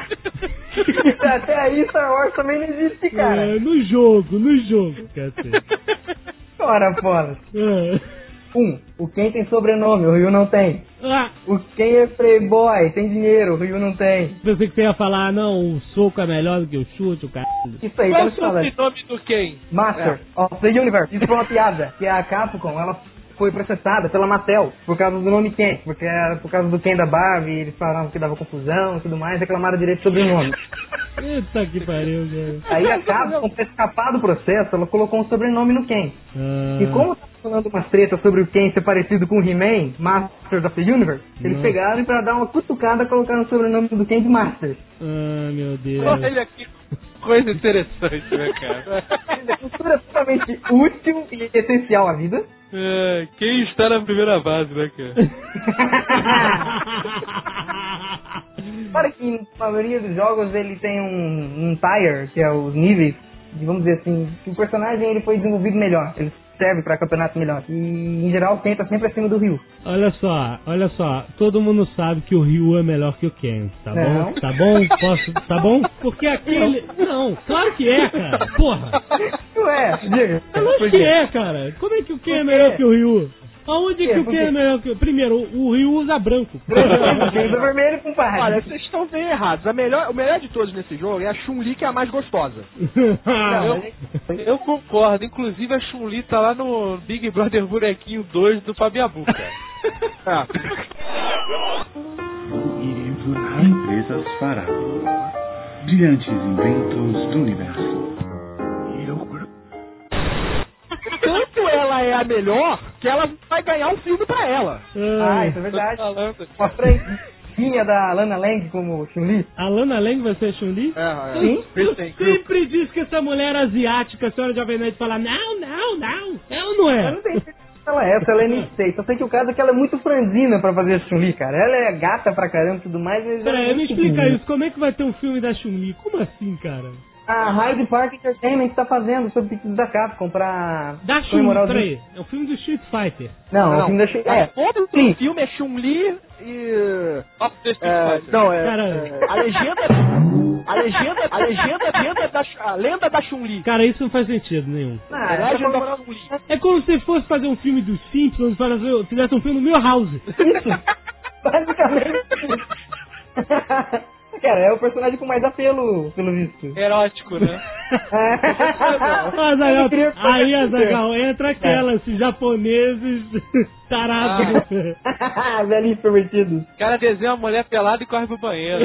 Até aí Star Wars também não existe, cara. É, no jogo, no jogo, cacete. Ora, fora. É. Um, o Ken tem sobrenome, o Ryu não tem. Ah, O Ken é playboy, tem dinheiro, o Ryu não tem. pensei que você ia falar, não, o soco é melhor do que o chute, o cara. Isso aí, Qual tá o falando. sobrenome do quem? Master of the Universe. Isso foi uma piada, que a Capcom, ela foi processada pela Mattel por causa do nome Ken, porque era por causa do Ken da Barbie, eles falaram que dava confusão e tudo mais, reclamaram direito sobre o nome. Eita que pariu, cara. Aí a Capcom, pra escapar do processo, ela colocou um sobrenome no Ken. Ah, E como tá falando umas tretas sobre o Ken ser parecido com o He-Man, Masters of the Universe, eles Não. pegaram e pra dar uma cutucada colocaram o sobrenome do Ken de Masters. ah, meu Deus. Olha que coisa interessante, né, cara? É cultura totalmente útil e essencial à vida. É, quem está na primeira base, né, cara? Para que na maioria dos jogos ele tem um, um tire, que é os níveis, de, vamos dizer assim, que o personagem ele foi desenvolvido melhor, ele serve para campeonato melhor. E em geral o Ken tá sempre acima do Ryu. Olha só, olha só, todo mundo sabe que o Ryu é melhor que o Ken, tá Não. bom? Tá bom? Posso, tá bom? Porque aquele... Não, claro que é, cara, porra. Não é, diga. É lógico que é, cara. Como é que o Ken é melhor que o Ryu? Aonde Por quê? que o Por Ken quê? é melhor que o... Primeiro, o Ryu usa branco. O Ken usa vermelho com parra. Olha, vocês estão bem errados. A melhor, o melhor de todos nesse jogo é a Chun-Li, que é a mais gostosa. Eu, eu concordo. Inclusive, a Chun-Li tá lá no Big Brother Bonequinho dois do Fabiabu, cara. Ah. E enfrentar empresas faraó, brilhantes inventos do universo. Tanto ela é a melhor que ela vai ganhar um filme pra ela. Ah, isso é verdade. Uma franquinha da Lana Lang como Chun-Li. A Lana Lang vai ser Chun-Li? É, Sim. Eu sempre disse que essa mulher asiática, a senhora Jovem Nerd, fala, não, não, não, é ou não Eu é? não sei se ela é essa, ela é nem sei. Só sei que o caso é que ela é muito franzina pra fazer a Chun-Li, cara. Ela é gata pra caramba e tudo mais. Mas ela é Peraí, me muito explica pequenininha. isso, como é que vai ter um filme da Chun-Li? Como assim, cara? A Hyde Park Entertainment tá fazendo sobre o pedido da Capcom pra Da Chun-Li, comemorar o peraí, é um filme do Street Fighter. Não, é o Não, filme da Chun-Li. é, É, todo sim. o filme é Chun-Li e... Of the Street É, Fighter. não, é, Cara. é, a legenda a legenda a legenda a lenda da a lenda da Chun-Li. Cara, isso não faz sentido nenhum. Ah, A ela legenda tá da Chun-Li. É como se fosse fazer um filme dos Simpsons, fazer- fizesse um filme no Milhouse. Isso. Basicamente. Cara, é o personagem com mais apelo, pelo visto. Erótico, né? Ah, Azaghal, Eu queria- aí, Azaghal, entra aquela, esses japoneses tarados. Velhinhos pervertidos. O cara desenha uma mulher pelada e corre pro banheiro.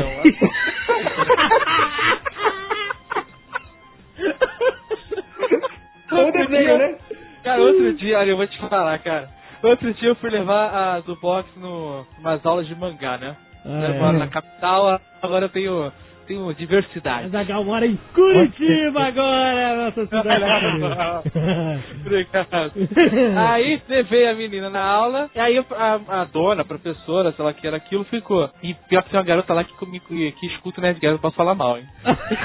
Ou desenho, né? Cara, outro dia, olha, eu vou te falar, cara. Outro dia eu fui levar a do box no umas aulas de mangá, né? Ah, eu moro é. na capital, agora eu tenho, tenho diversidade. Azaghal mora em Curitiba agora, nossa cidade. Obrigado. Aí levei a menina na aula, e aí a, a dona, a professora, sei lá que era aquilo, ficou. E pior que tem uma garota lá que, comigo, que escuta o Nerdcast pra falar mal, hein?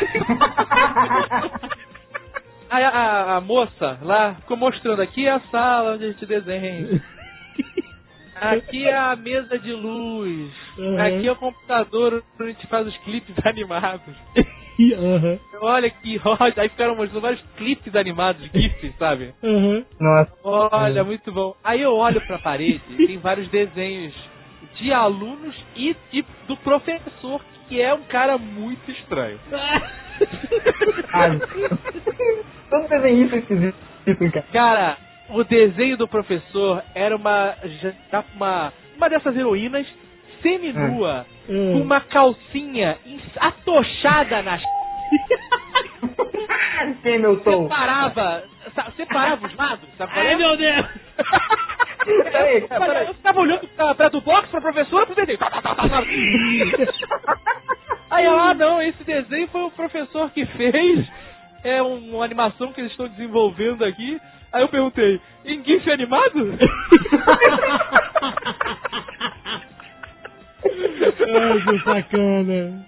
Aí a, a, a moça lá ficou mostrando, aqui é a sala onde a gente desenha. Aqui é a mesa de luz. Uhum. Aqui é o computador onde a gente faz os clipes animados. Aham, Olha que ódio. Aí ficaram mostrando vários clipes animados, GIFs, sabe? aham. Nossa. Olha, muito bom. Aí eu olho pra parede e tem vários desenhos de alunos e de, do professor, que é um cara muito estranho. Ah, todo desenhista é esquisito, cara. Cara, o desenho do professor era uma já uma, uma dessas heroínas seminua, Hum. com uma calcinha atochada nas... Hamilton. Separava, separava os lados, sabe qual é? Ai, meu Deus! Peraí, peraí. Eu ficava olhando pra, pra do box, pra professora, pro desenho. Tá, tá, tá, tá, tá. Aí, ah, não, esse desenho foi o professor que fez. É um, uma animação que eles estão desenvolvendo aqui. Aí eu perguntei, em GIF animado? Ai, que sacana.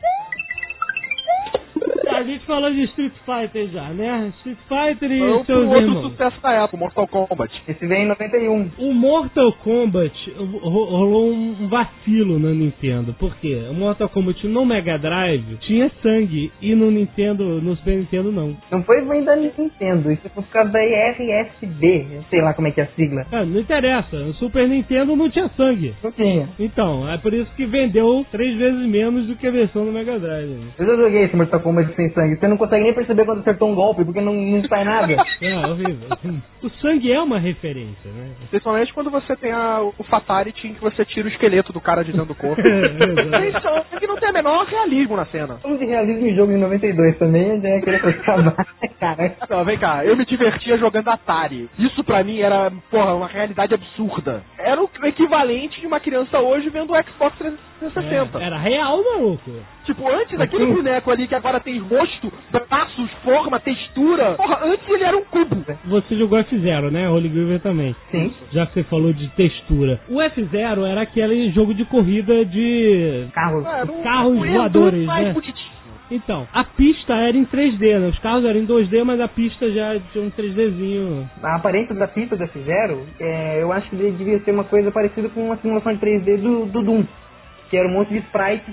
A gente falou de Street Fighter já, né? Street Fighter e Foi seus outro irmãos. sucesso da época, Mortal Kombat. Esse vem em noventa e um. O Mortal Kombat ro- rolou um vacilo na Nintendo. Por quê? O Mortal Kombat no Mega Drive tinha sangue e no Nintendo, no Super Nintendo não. Não foi vem da Nintendo, isso foi por causa da I R S B, eu sei lá como é que é a sigla. Ah, não interessa, o Super Nintendo não tinha sangue. Não tinha. Então, é por isso que vendeu três vezes menos do que a versão do Mega Drive. Eu já joguei esse Mortal Kombat sem sangue, você não consegue nem perceber quando acertou um golpe, porque não, não sai nada. É, horrível. O sangue é uma referência, né? Principalmente quando você tem a, o Fatality em que você tira o esqueleto do cara de dentro do corpo. Isso é que não tem a menor realismo na cena. Vamos de realismo em jogo em noventa e dois também, já é querer acabar, cara. Não, vem cá, eu me divertia jogando Atari. Isso pra mim era, porra, uma realidade absurda. Era o equivalente de uma criança hoje vendo o Xbox trezentos e sessenta. É, era real, maluco. Tipo, antes aquele boneco ali que agora tem rosto, braços, forma, textura. Porra, antes ele era um cubo. Você jogou F zero, né? Holy Grail também. Sim. Já que você falou de textura. O F zero era aquele jogo de corrida de Carros. É, era um- carros um voadores, mais né? bonitinho. Então, a pista era em três D, né? Os carros eram em dois D, mas a pista já tinha um três Dzinho. A aparência da pista do F zero, é, eu acho que devia ser uma coisa parecida com uma simulação de três D do, do Doom. Que era um monte de sprites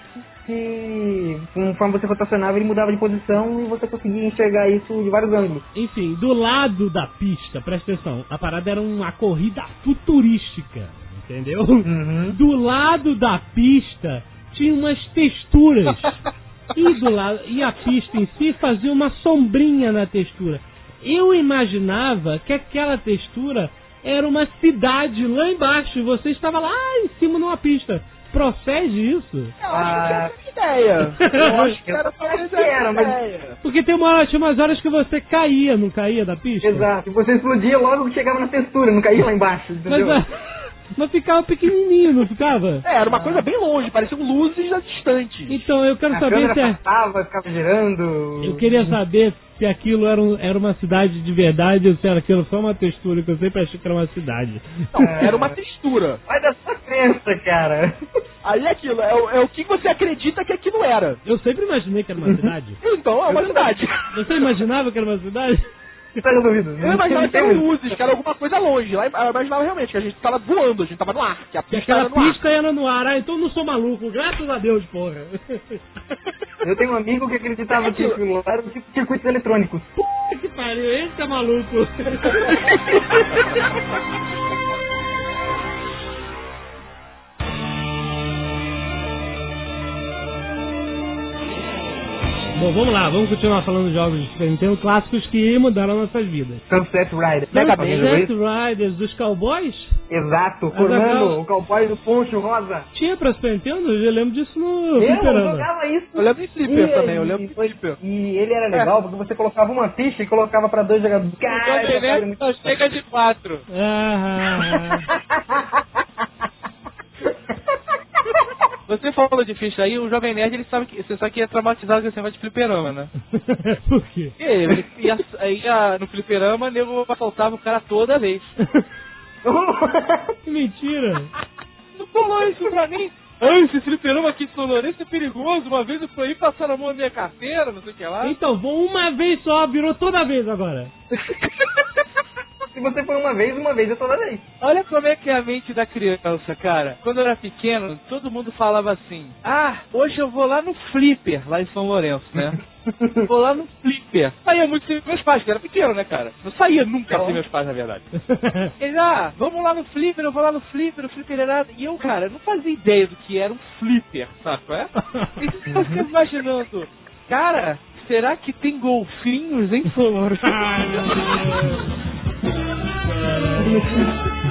que, conforme você rotacionava, ele mudava de posição e você conseguia enxergar isso de vários ângulos. Enfim, do lado da pista, presta atenção, a parada era uma corrida futurística, entendeu? Uhum. Do lado da pista tinha umas texturas. E, do lado, e a pista em si fazia uma sombrinha na textura. Eu imaginava que aquela textura era uma cidade lá embaixo e você estava lá em cima numa pista. Procede isso? Eu acho que era essa ideia. Eu acho que era só acho que era, mas- ideia. Porque tem uma hora, tinha umas horas que você caía, não caía da pista? Exato. E você explodia logo que chegava na textura, não caía lá embaixo, Mas, entendeu? ah, mas ficava pequenininho, não ficava? É, era uma coisa bem longe, pareciam luzes já distantes. Então, eu quero A saber câmera se... É... passava, ficava girando. Eu queria saber se aquilo era, um- era uma cidade de verdade ou se era aquilo só uma textura, que eu sempre achei que era uma cidade. Não, era uma textura. Vai da sua crença, cara. Aí é aquilo, é, o- é o que você acredita que aquilo era. Eu sempre imaginei que era uma cidade. Então, é uma cidade. Você imaginava que era uma cidade? Tá resolvido. Eu imaginava que eram luzes, que era alguma coisa longe. Lá, eu imaginava realmente que a gente tava voando, a gente tava no ar, que a Que pista aquela era no ar. pista era no ar. Ah, então eu não sou maluco, graças a Deus, porra. Eu tenho um amigo que acreditava que aquilo era um tipo de circuitos eletrônicos. Puta que pariu, esse é maluco. Bom, vamos lá, vamos continuar falando de jogos de Super Nintendo clássicos que mudaram nossas vidas. Sunset Rider. Mega Man, Sunset isso? Riders dos Cowboys? Exato, Mas aquela- formando o cowboy do poncho rosa. Tinha pra Super Nintendo? Eu lembro disso no Eu fliperama. jogava isso. Eu lembro em Flipper E- também, eu lembro em e- Flipper. E ele era legal porque você colocava uma ficha e colocava pra dois jogadores. Cara, Jovem essa Nerd só chega de quatro. Ah, Você falou de ficha aí, o Jovem Nerd, ele sabe que você sabe que é traumatizado com esse negócio de fliperama, né? por quê? E ele ia, ia no fliperama, o nego assaltava o cara toda vez. Que mentira. Não falou isso pra mim? Ai, esse fliperama aqui de São Lourenço é perigoso. Uma vez eu fui aí, passaram a mão na minha carteira, não sei o que lá. Então, vou uma vez só, virou toda vez agora. Se você for uma vez, uma vez é toda vez. Olha como é que é a mente da criança, cara. Quando eu era pequeno, todo mundo falava assim: ah, hoje eu vou lá no Flipper, lá em São Lourenço, né? Vou lá no Flipper. Saía muito sem meus pais, que era pequeno, né, cara? Não saía nunca sem meus pais, na verdade. Ele, ah, vamos lá no Flipper, eu vou lá no Flipper, o Flipper era... E eu, cara, não fazia ideia do que era um Flipper, sabe? É? E eu fiquei imaginando, cara, será que tem golfinhos em São Lourenço? Ai, meu Deus.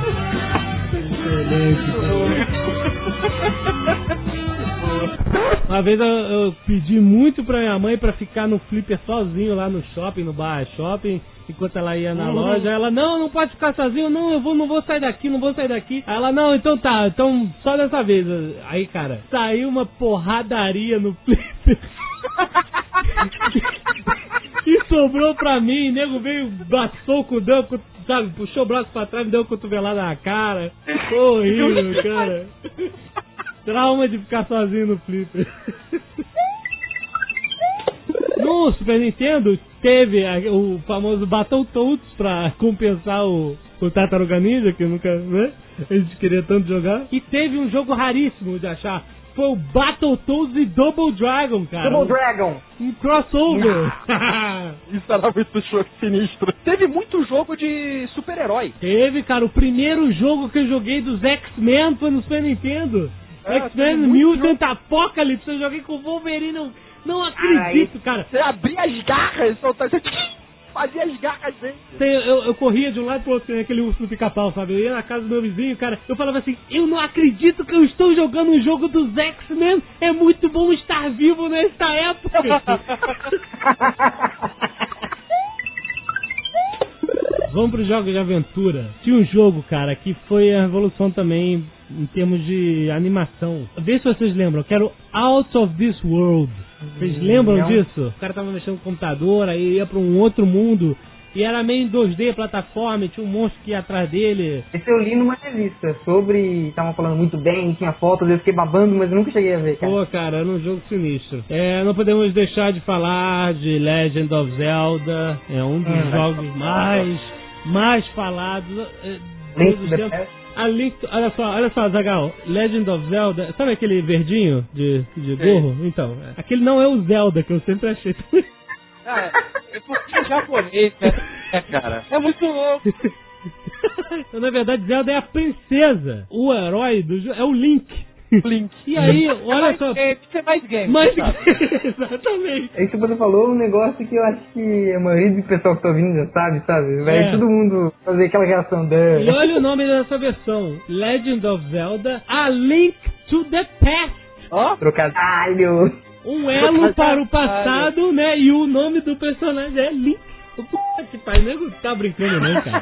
Excelente. Uma vez eu, eu pedi muito pra minha mãe pra ficar no flipper sozinho lá no shopping, no bar shopping, enquanto ela ia na uhum. loja. Ela, não, não pode ficar sozinho, não, eu vou, não vou sair daqui, não vou sair daqui. Aí ela, não, então tá, então só dessa vez. Aí, cara, saiu uma porradaria no flipper. E sobrou pra mim, o nego veio, baçou com o dedo, sabe, puxou o braço pra trás, me deu uma cotovelada na cara. Horrível, cara. Trauma de ficar sozinho no flipper. No Super Nintendo teve o famoso Battletoads pra compensar o, o Tartaruga Ninja, que nunca, né, a gente queria tanto jogar. E teve um jogo raríssimo de achar. Foi o Battletoads e Double Dragon, cara. Double Dragon. Um crossover. Isso era muito show sinistro. Teve muito jogo de super-herói. Teve, cara. O primeiro jogo que eu joguei dos X-Men foi no Super Nintendo. É, X-Men Mutant Apocalypse. Eu joguei com o Wolverine. Não, não acredito, cara. Você abria as garras, soltava... Fazia as garras dele. Eu, eu, eu corria de um lado pro outro, tem aquele urso do pica-pau, sabe? Eu ia na casa do meu vizinho, cara, eu falava assim, eu não acredito que eu estou jogando um jogo dos X-Men, é muito bom estar vivo nesta época. Vamos pros jogos de aventura. Tinha um jogo, cara, que foi a revolução também em termos de animação. Vê se vocês lembram, que era o Out of This World. Vocês lembram Não. disso? O cara tava mexendo no computador, aí ia pra um outro mundo, e era meio em dois D, plataforma, e tinha um monstro que ia atrás dele. Esse eu li numa revista sobre, estavam falando muito bem, tinha fotos, eu fiquei babando, mas eu nunca cheguei a ver, cara. Pô, cara, era um jogo sinistro. É, não podemos deixar de falar de Legend of Zelda, é um dos hum, jogos mais, mais falados. É, Link to the Past. A Link, olha só, olha só, Zagal, Legend of Zelda, sabe aquele verdinho de, de gorro? Sim. Então, é, aquele não é o Zelda, que eu sempre achei. Ah, é porque é japonês, né, cara? É muito louco. Então, na verdade, Zelda é a princesa. O herói do jogo é o Link. Link. E aí, olha só. Game, isso é mais game. Mais game, exatamente. É isso que você falou, um negócio que eu acho que a maioria do pessoal que tá ouvindo já sabe, sabe? Vai é. todo mundo fazer aquela reação dela. E olha o nome dessa versão: Legend of Zelda, A Link to the Past. Ó, oh, trocadilho. Um elo para o passado, né? E o nome do personagem é Link. Puta que pai, nego tá brincando não, cara.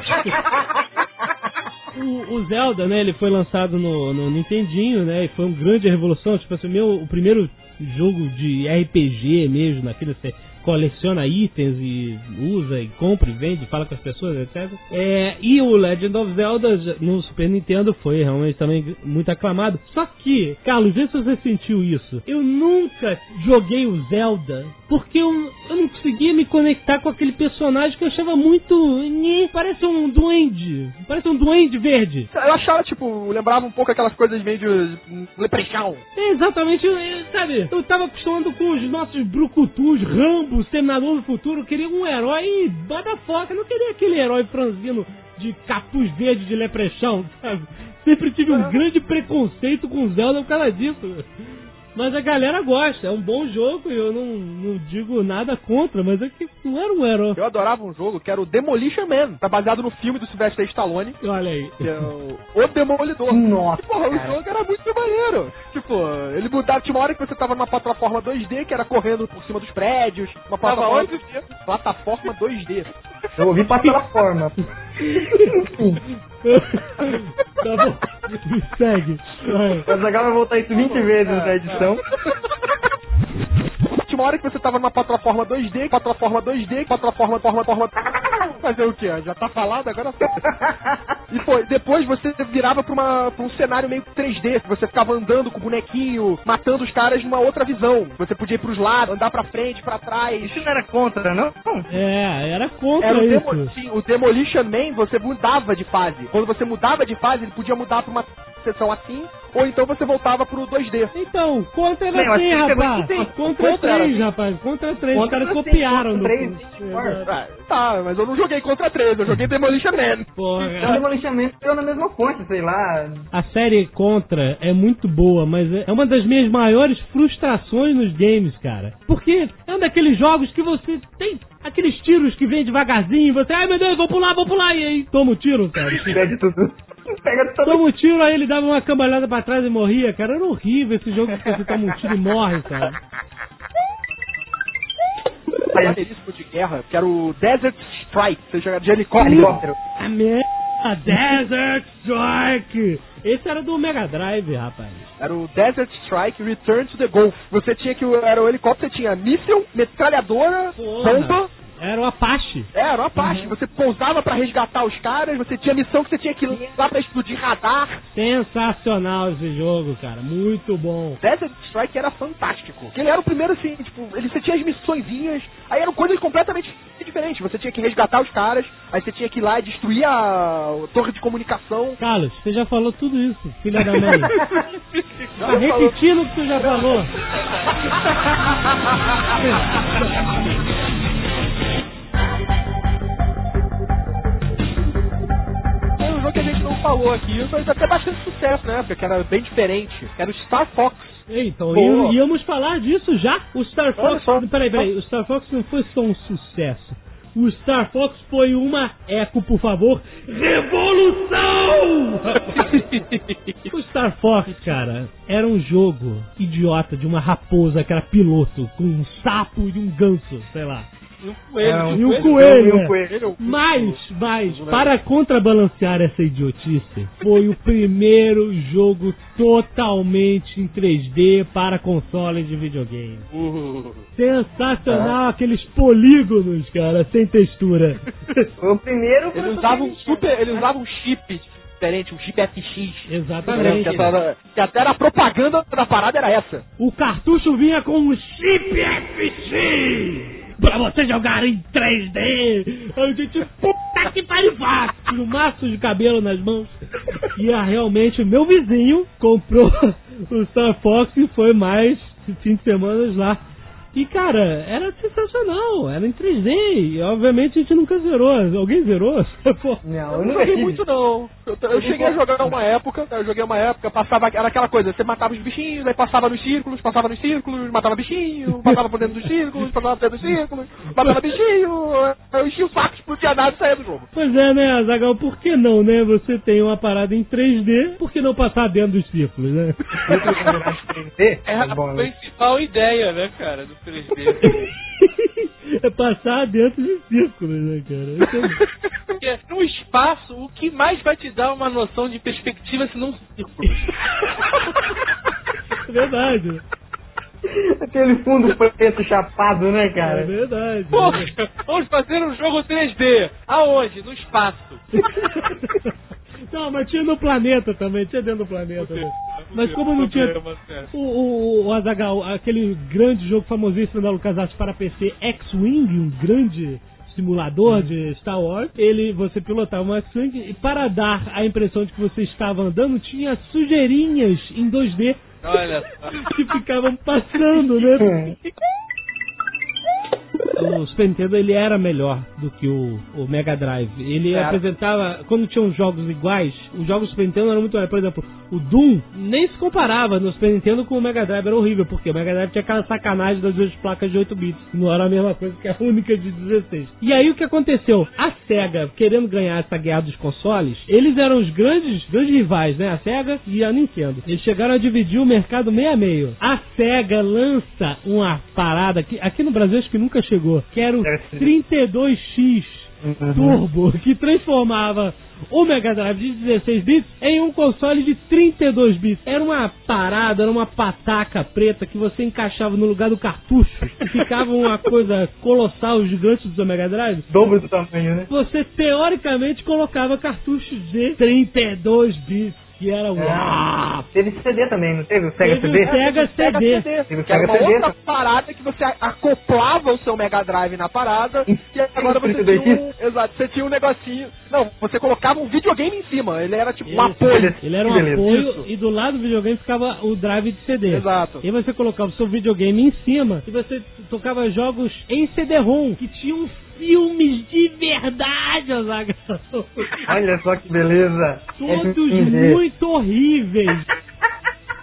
O, o Zelda, né, ele foi lançado no, no Nintendinho, né, e foi uma grande revolução, tipo assim, o, meu, o primeiro jogo de R P G mesmo, naquilo você coleciona itens e usa e compra e vende, fala com as pessoas, etcétera. É, e o Legend of Zelda no Super Nintendo foi realmente também muito aclamado. Só que, Carlos, vê se você sentiu isso. Eu nunca joguei o Zelda porque eu, eu não conseguia me conectar com aquele personagem que eu achava muito... Nhê, parece um duende. Parece um duende verde. Eu achava, tipo, lembrava um pouco aquelas coisas meio de leprechaun. É, exatamente, eu, sabe? Eu tava acostumado com os nossos brucutus, Rambo, Exterminador do Futuro. Eu queria um herói badafoca. Eu não queria aquele herói franzino de capuz verde de leprechaun, sabe? Sempre tive um grande preconceito com Zelda por causa disso. Mas a galera gosta, é um bom jogo e eu não, não digo nada contra, mas é que não era um herói. Eu adorava um jogo que era o Demolition Man, tá baseado no filme do Sylvester Stallone. Olha aí. Que é o, o Demolidor. Nossa, e, porra, cara. O jogo era muito maneiro. Tipo, ele mudava, tinha uma hora que você tava numa plataforma dois D, que era correndo por cima dos prédios, uma plataforma, plataforma dois D. Eu ouvi plataforma. Tá bom, segue. Mas agora vai voltar isso vinte vezes na edição. Tinha uma hora que você tava numa plataforma dois D, plataforma dois D, plataforma, forma, forma... Fazer o quê? Já tá falado agora? E foi, depois você virava pra, uma, pra um cenário meio três D, você ficava andando com o bonequinho, matando os caras numa outra visão. Você podia ir pros lados, andar pra frente, pra trás. Isso não era contra, não? É, era contra era o isso. Demo, sim, o Demolition Man, você mudava de fase. Quando você mudava de fase, ele podia mudar pra uma seção assim, ou então você voltava pro dois D. Então, contra era assim, rapaz. Contra três, rapaz. Contra três. Os caras copiaram. três. Tá, mas eu não joguei contra três, eu joguei Demolition Man. Porra. O Demolition Man ficou na mesma fonte, sei lá. A série Contra é muito boa, mas é uma das minhas maiores frustrações nos games, cara. Porque é um daqueles jogos que você tem aqueles tiros que vem devagarzinho, você, ai meu Deus, vou pular, vou pular, e aí toma o tiro, cara. Perde tudo. Pega todo... Toma um tiro, aí ele dava uma cambalhada pra trás e morria, cara. Era horrível esse jogo que você toma um tiro e morre, cara. Maneiríssimo de guerra, que era o Desert Strike, você joga de helicóptero. A merda, Desert Strike! Esse era do Mega Drive, rapaz. Era o Desert Strike Return to the Gulf. Você tinha que, era o helicóptero, você tinha míssil, metralhadora, Porra. bomba. Era o Apache. É, era o Apache. Uhum. Você pousava pra resgatar os caras, você tinha missão que você tinha que ir lá pra explodir radar. Sensacional esse jogo, cara. Muito bom. Desert Strike era fantástico. Porque ele era o primeiro, assim, tipo, ele, você tinha as missõezinhas, aí eram coisas completamente diferentes. Você tinha que resgatar os caras, aí você tinha que ir lá e destruir a, a torre de comunicação. Carlos, você já falou tudo isso, filha da mãe. Tá repetindo o que você já falou. Um jogo que a gente não falou aqui, mas até bastante sucesso, né? Porque era bem diferente. Era o Star Fox. Então, Boa. íamos falar disso já. O Star Fox... Peraí, peraí. O Star Fox não foi só um sucesso. O Star Fox foi uma... Eco, por favor. Revolução! O Star Fox, cara, era um jogo idiota de uma raposa que era piloto, com um sapo e um ganso, sei lá. E um coelho. É, um e um coelho. coelho, E um é. coelho. Mas, mas, para contrabalancear essa idiotice, foi o primeiro jogo totalmente em três D para consoles de videogame. Uh. Sensacional, ah. aqueles polígonos, cara, sem textura. Foi o primeiro... Ele usava um super... Ele usava um chip... diferente, um chip F X. Exatamente. Que até, que até era a propaganda da parada era essa. O cartucho vinha com um chip F X pra você jogar em três D. A gente, puta que pariu, tinha um maço de cabelo nas mãos. E ah, realmente o meu vizinho comprou o Star Fox e foi mais fim de semana lá. E, cara, era sensacional, era em três D, e obviamente a gente nunca zerou. Alguém zerou? Pô, não, eu não joguei muito não. Eu, eu cheguei a jogar uma época, eu joguei uma época, passava, era aquela coisa, você matava os bichinhos, aí passava nos círculos, passava nos círculos, matava bichinho, passava por dentro dos círculos, passava por dentro dos círculos, matava bichinho, eu enchia o saco, explodia nada e saía do jogo. Pois é, né, Azaghal, por que não, né? Você tem uma parada em três D, por que não passar dentro dos círculos, né? É a principal ideia, né, cara, do três D. É passar dentro de círculos, né, cara? Porque no espaço, o que mais vai te dar uma noção de perspectiva se não círculos? É verdade. Aquele fundo preto chapado, né, cara? É verdade. Poxa, vamos fazer um jogo três D. Aonde? No espaço. Não, mas tinha no planeta também, tinha dentro do planeta. Né? Mas como não tinha... O, o, o Azaghal, aquele grande jogo famosíssimo da LucasArts para P C, X-Wing, um grande simulador hum. de Star Wars, ele, você pilotava um X-Wing e para dar a impressão de que você estava andando, tinha sujeirinhas em dois D. Olha só. Que ficavam passando, né? O Super Nintendo, ele era melhor do que o, o Mega Drive. Ele era. apresentava, quando tinham jogos iguais, os jogos do Super Nintendo eram muito melhores. Por exemplo, o Doom nem se comparava no Super Nintendo com o Mega Drive, era horrível, porque o Mega Drive tinha aquela sacanagem das duas placas de oito bits, não era a mesma coisa que a única de dezesseis. E aí o que aconteceu? A SEGA, querendo ganhar essa guerra dos consoles, eles eram os grandes, grandes rivais, né? A SEGA e a Nintendo. Eles chegaram a dividir o mercado meio a meio. A SEGA lança uma parada que aqui no Brasil acho que nunca chegou, que era o trinta e dois X uhum. Turbo, que transformava o Mega Drive de dezesseis bits em um console de trinta e dois bits. Era uma parada, era uma pataca preta que você encaixava no lugar do cartucho e ficava uma coisa colossal, gigante do seu Mega Drive. Dobro do tamanho, né? Você teoricamente colocava cartuchos de trinta e dois bits. Que era o... Ah, teve C D também, não teve? O Sega teve C D? O Sega C D. Teve o Sega C D. Outra parada que você acoplava o seu Mega Drive na parada e agora você tinha um... Exato, você tinha um negocinho... Não, você colocava um videogame em cima. Ele era tipo Isso. um apoio. Ele era um apoio Isso. e do lado do videogame ficava o drive de C D. Exato. E você colocava o seu videogame em cima e você tocava jogos em C D ROM, que tinham filmes de verdade, Azaghal. Olha só que beleza. Todos muito horríveis.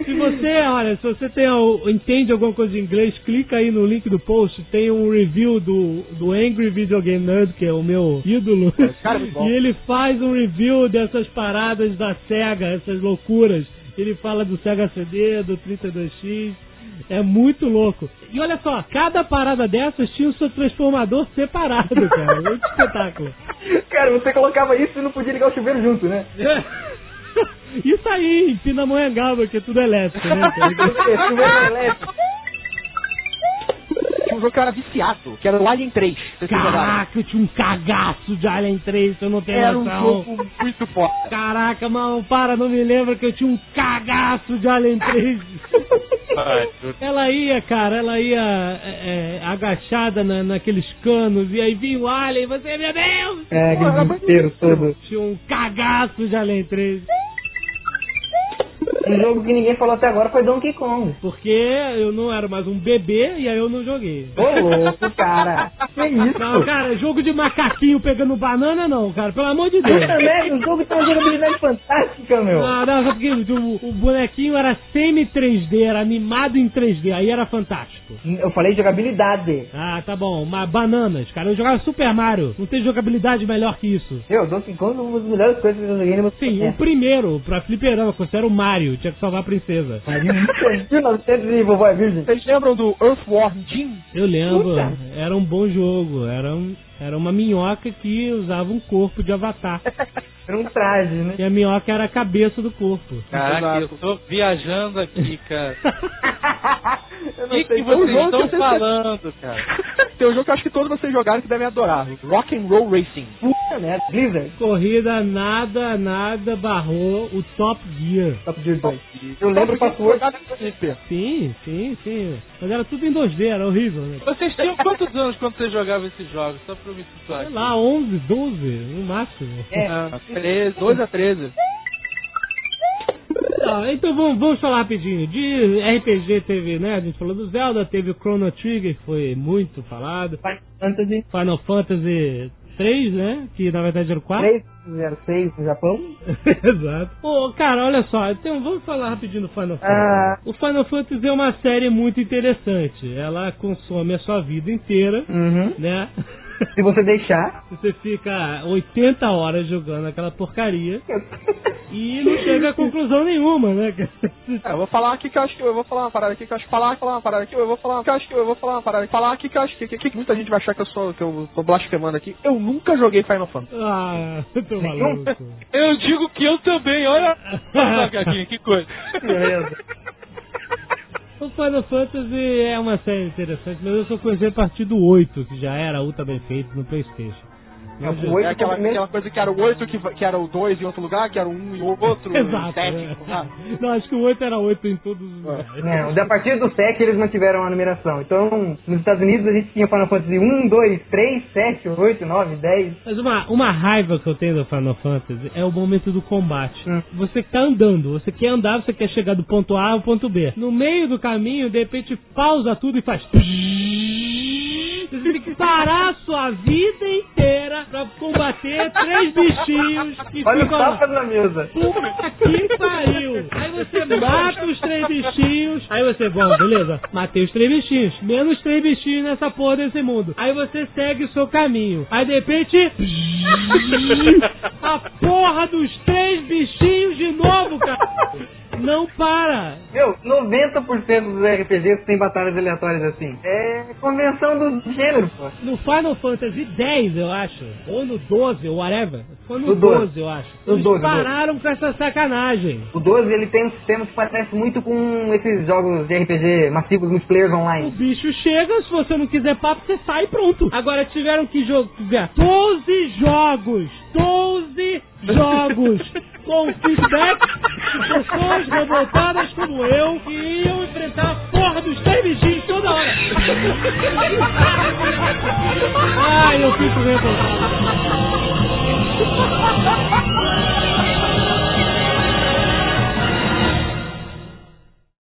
Se você, olha, se você tem, entende alguma coisa de inglês, clica aí no link do post, tem um review do, do Angry Video Game Nerd, que é o meu ídolo. Cara, e ele faz um review dessas paradas da SEGA, essas loucuras. Ele fala do Sega C D, do trinta e dois X. É muito louco. E olha só, cada parada dessas tinha o seu transformador separado, cara. Muito espetáculo. Cara, você colocava isso e não podia ligar o chuveiro junto, né? Isso aí, em Pindamonhangaba, que é tudo elétrico, né? Chuveiro elétrico. Tinha um jogo que eu era viciado, que era o Alien três. Caraca, eu tinha um cagaço de Alien três, eu não tenho noção. Era um jogo muito forte. Caraca, mano, para, não me lembra que eu tinha um cagaço de Alien três. Ela ia, cara, ela ia é, é, agachada na, naqueles canos, e aí vinha o Alien, e você, meu Deus! É, aquele inteiro todo. Tinha um cagaço de Alien três. Um jogo que ninguém falou até agora foi Donkey Kong. Porque eu não era mais um bebê e aí eu não joguei. Ô louco, cara. Que isso? Não, cara, jogo de macaquinho pegando banana não, cara. Pelo amor de Deus. Puta merda, o jogo tem uma jogabilidade fantástica, meu. Ah, não, só porque o, o bonequinho era semi três D, era animado em três D, aí era fantástico. Eu falei jogabilidade. Ah, tá bom. Mas bananas, cara. Eu jogava Super Mario. Não tem jogabilidade melhor que isso. Eu, Donkey Kong é uma das melhores coisas que eu joguei no meu Sim, é. O primeiro, pra fliperama, quando era o Mario. Tinha que salvar a princesa. mil e novecentos e vovó é virgem. Vocês lembram do Earthworm Jim? Eu lembro. Puta. Era um bom jogo. Era, um, era uma minhoca que usava um corpo de avatar. Era um traje, né? E a minhoca era a cabeça do corpo. Caraca, eu tô viajando aqui, cara. O que, que vocês um estão que falando, cara? Tem um jogo que eu acho que todos vocês jogaram que devem adorar. Rock and Roll Racing. Puta merda. Blizzard. Corrida nada, nada barrou o Top Gear. Top Gear dois. Eu lembro o password. Sim, sim, sim. Mas era tudo em dois D, era horrível, né? Vocês tinham quantos anos quando vocês jogavam esses jogos? Só pra eu me situar. Sei lá, onze, doze, no máximo. É. treze, doze a treze. Tá, então vamos, vamos falar rapidinho. De R P G teve, né? A gente falou do Zelda, teve o Chrono Trigger, que foi muito falado. Final Fantasy. Final Fantasy três, né? Que na verdade era o quatro. três zero seis no Japão. Exato. Pô, cara, olha só, então vamos falar rapidinho do Final Fantasy. Ah. O Final Fantasy é uma série muito interessante. Ela consome a sua vida inteira, Uhum. né? Se você deixar. Você fica oitenta horas jogando aquela porcaria e não chega a conclusão nenhuma, né? É, eu vou falar aqui que eu acho que eu vou falar uma parada aqui que eu acho que falar, falar uma parada aqui, eu vou falar que eu acho que eu vou falar uma parada aqui, falar aqui que eu acho que, que, que muita gente vai achar que eu sou que eu tô blasfemando aqui. Eu nunca joguei Final Fantasy. Ah, eu tô maluco. Eu digo que eu também, olha. Olha aqui, que coisa. Beleza. O Final Fantasy é uma série interessante, mas eu só conheci a partir do oito, que já era ultra bem feito no PlayStation. É, o é aquela, aquela coisa que era o oito, que, que era o dois em outro lugar, que era o um em outro, Exato, o sete. é. Ah. Não, acho que o oito era oito em todos os lugares. Não, a partir do sete eles mantiveram a numeração. Então, nos Estados Unidos a gente tinha Final Fantasy um, dois, três, sete, oito, nove, dez. Mas uma, uma raiva que eu tenho do Final Fantasy é o momento do combate. Hum. Você tá andando, você quer andar, você quer chegar do ponto A ao ponto B. No meio do caminho, de repente, pausa tudo e faz... Você tem que parar a sua vida inteira pra combater três bichinhos que Olha o ficam lá. tapa na mesa. Puta que pariu! Aí você mata os três bichinhos. Aí você, bom, beleza, matei os três bichinhos. Menos três bichinhos nessa porra desse mundo. Aí você segue o seu caminho. Aí de repente. A porra dos três bichinhos de novo, cara! Não para! Meu, noventa por cento dos R P Gs tem batalhas aleatórias assim. É convenção do gênero, pô. No Final Fantasy dez, eu acho. Ou no doze, ou whatever. Foi no, No doze, doze, eu acho. No Eles doze, pararam com essa sacanagem. O doze ele tem um sistema que parece muito com esses jogos de R P G massivos multiplayer O online. bicho chega, se você não quiser papo, você sai e pronto. Agora tiveram que jogar doze jogos. doze jogos. Com feedback de pessoas revoltadas como eu que iam enfrentar a porra dos três bichinhos toda hora. Ai, eu fico revoltado.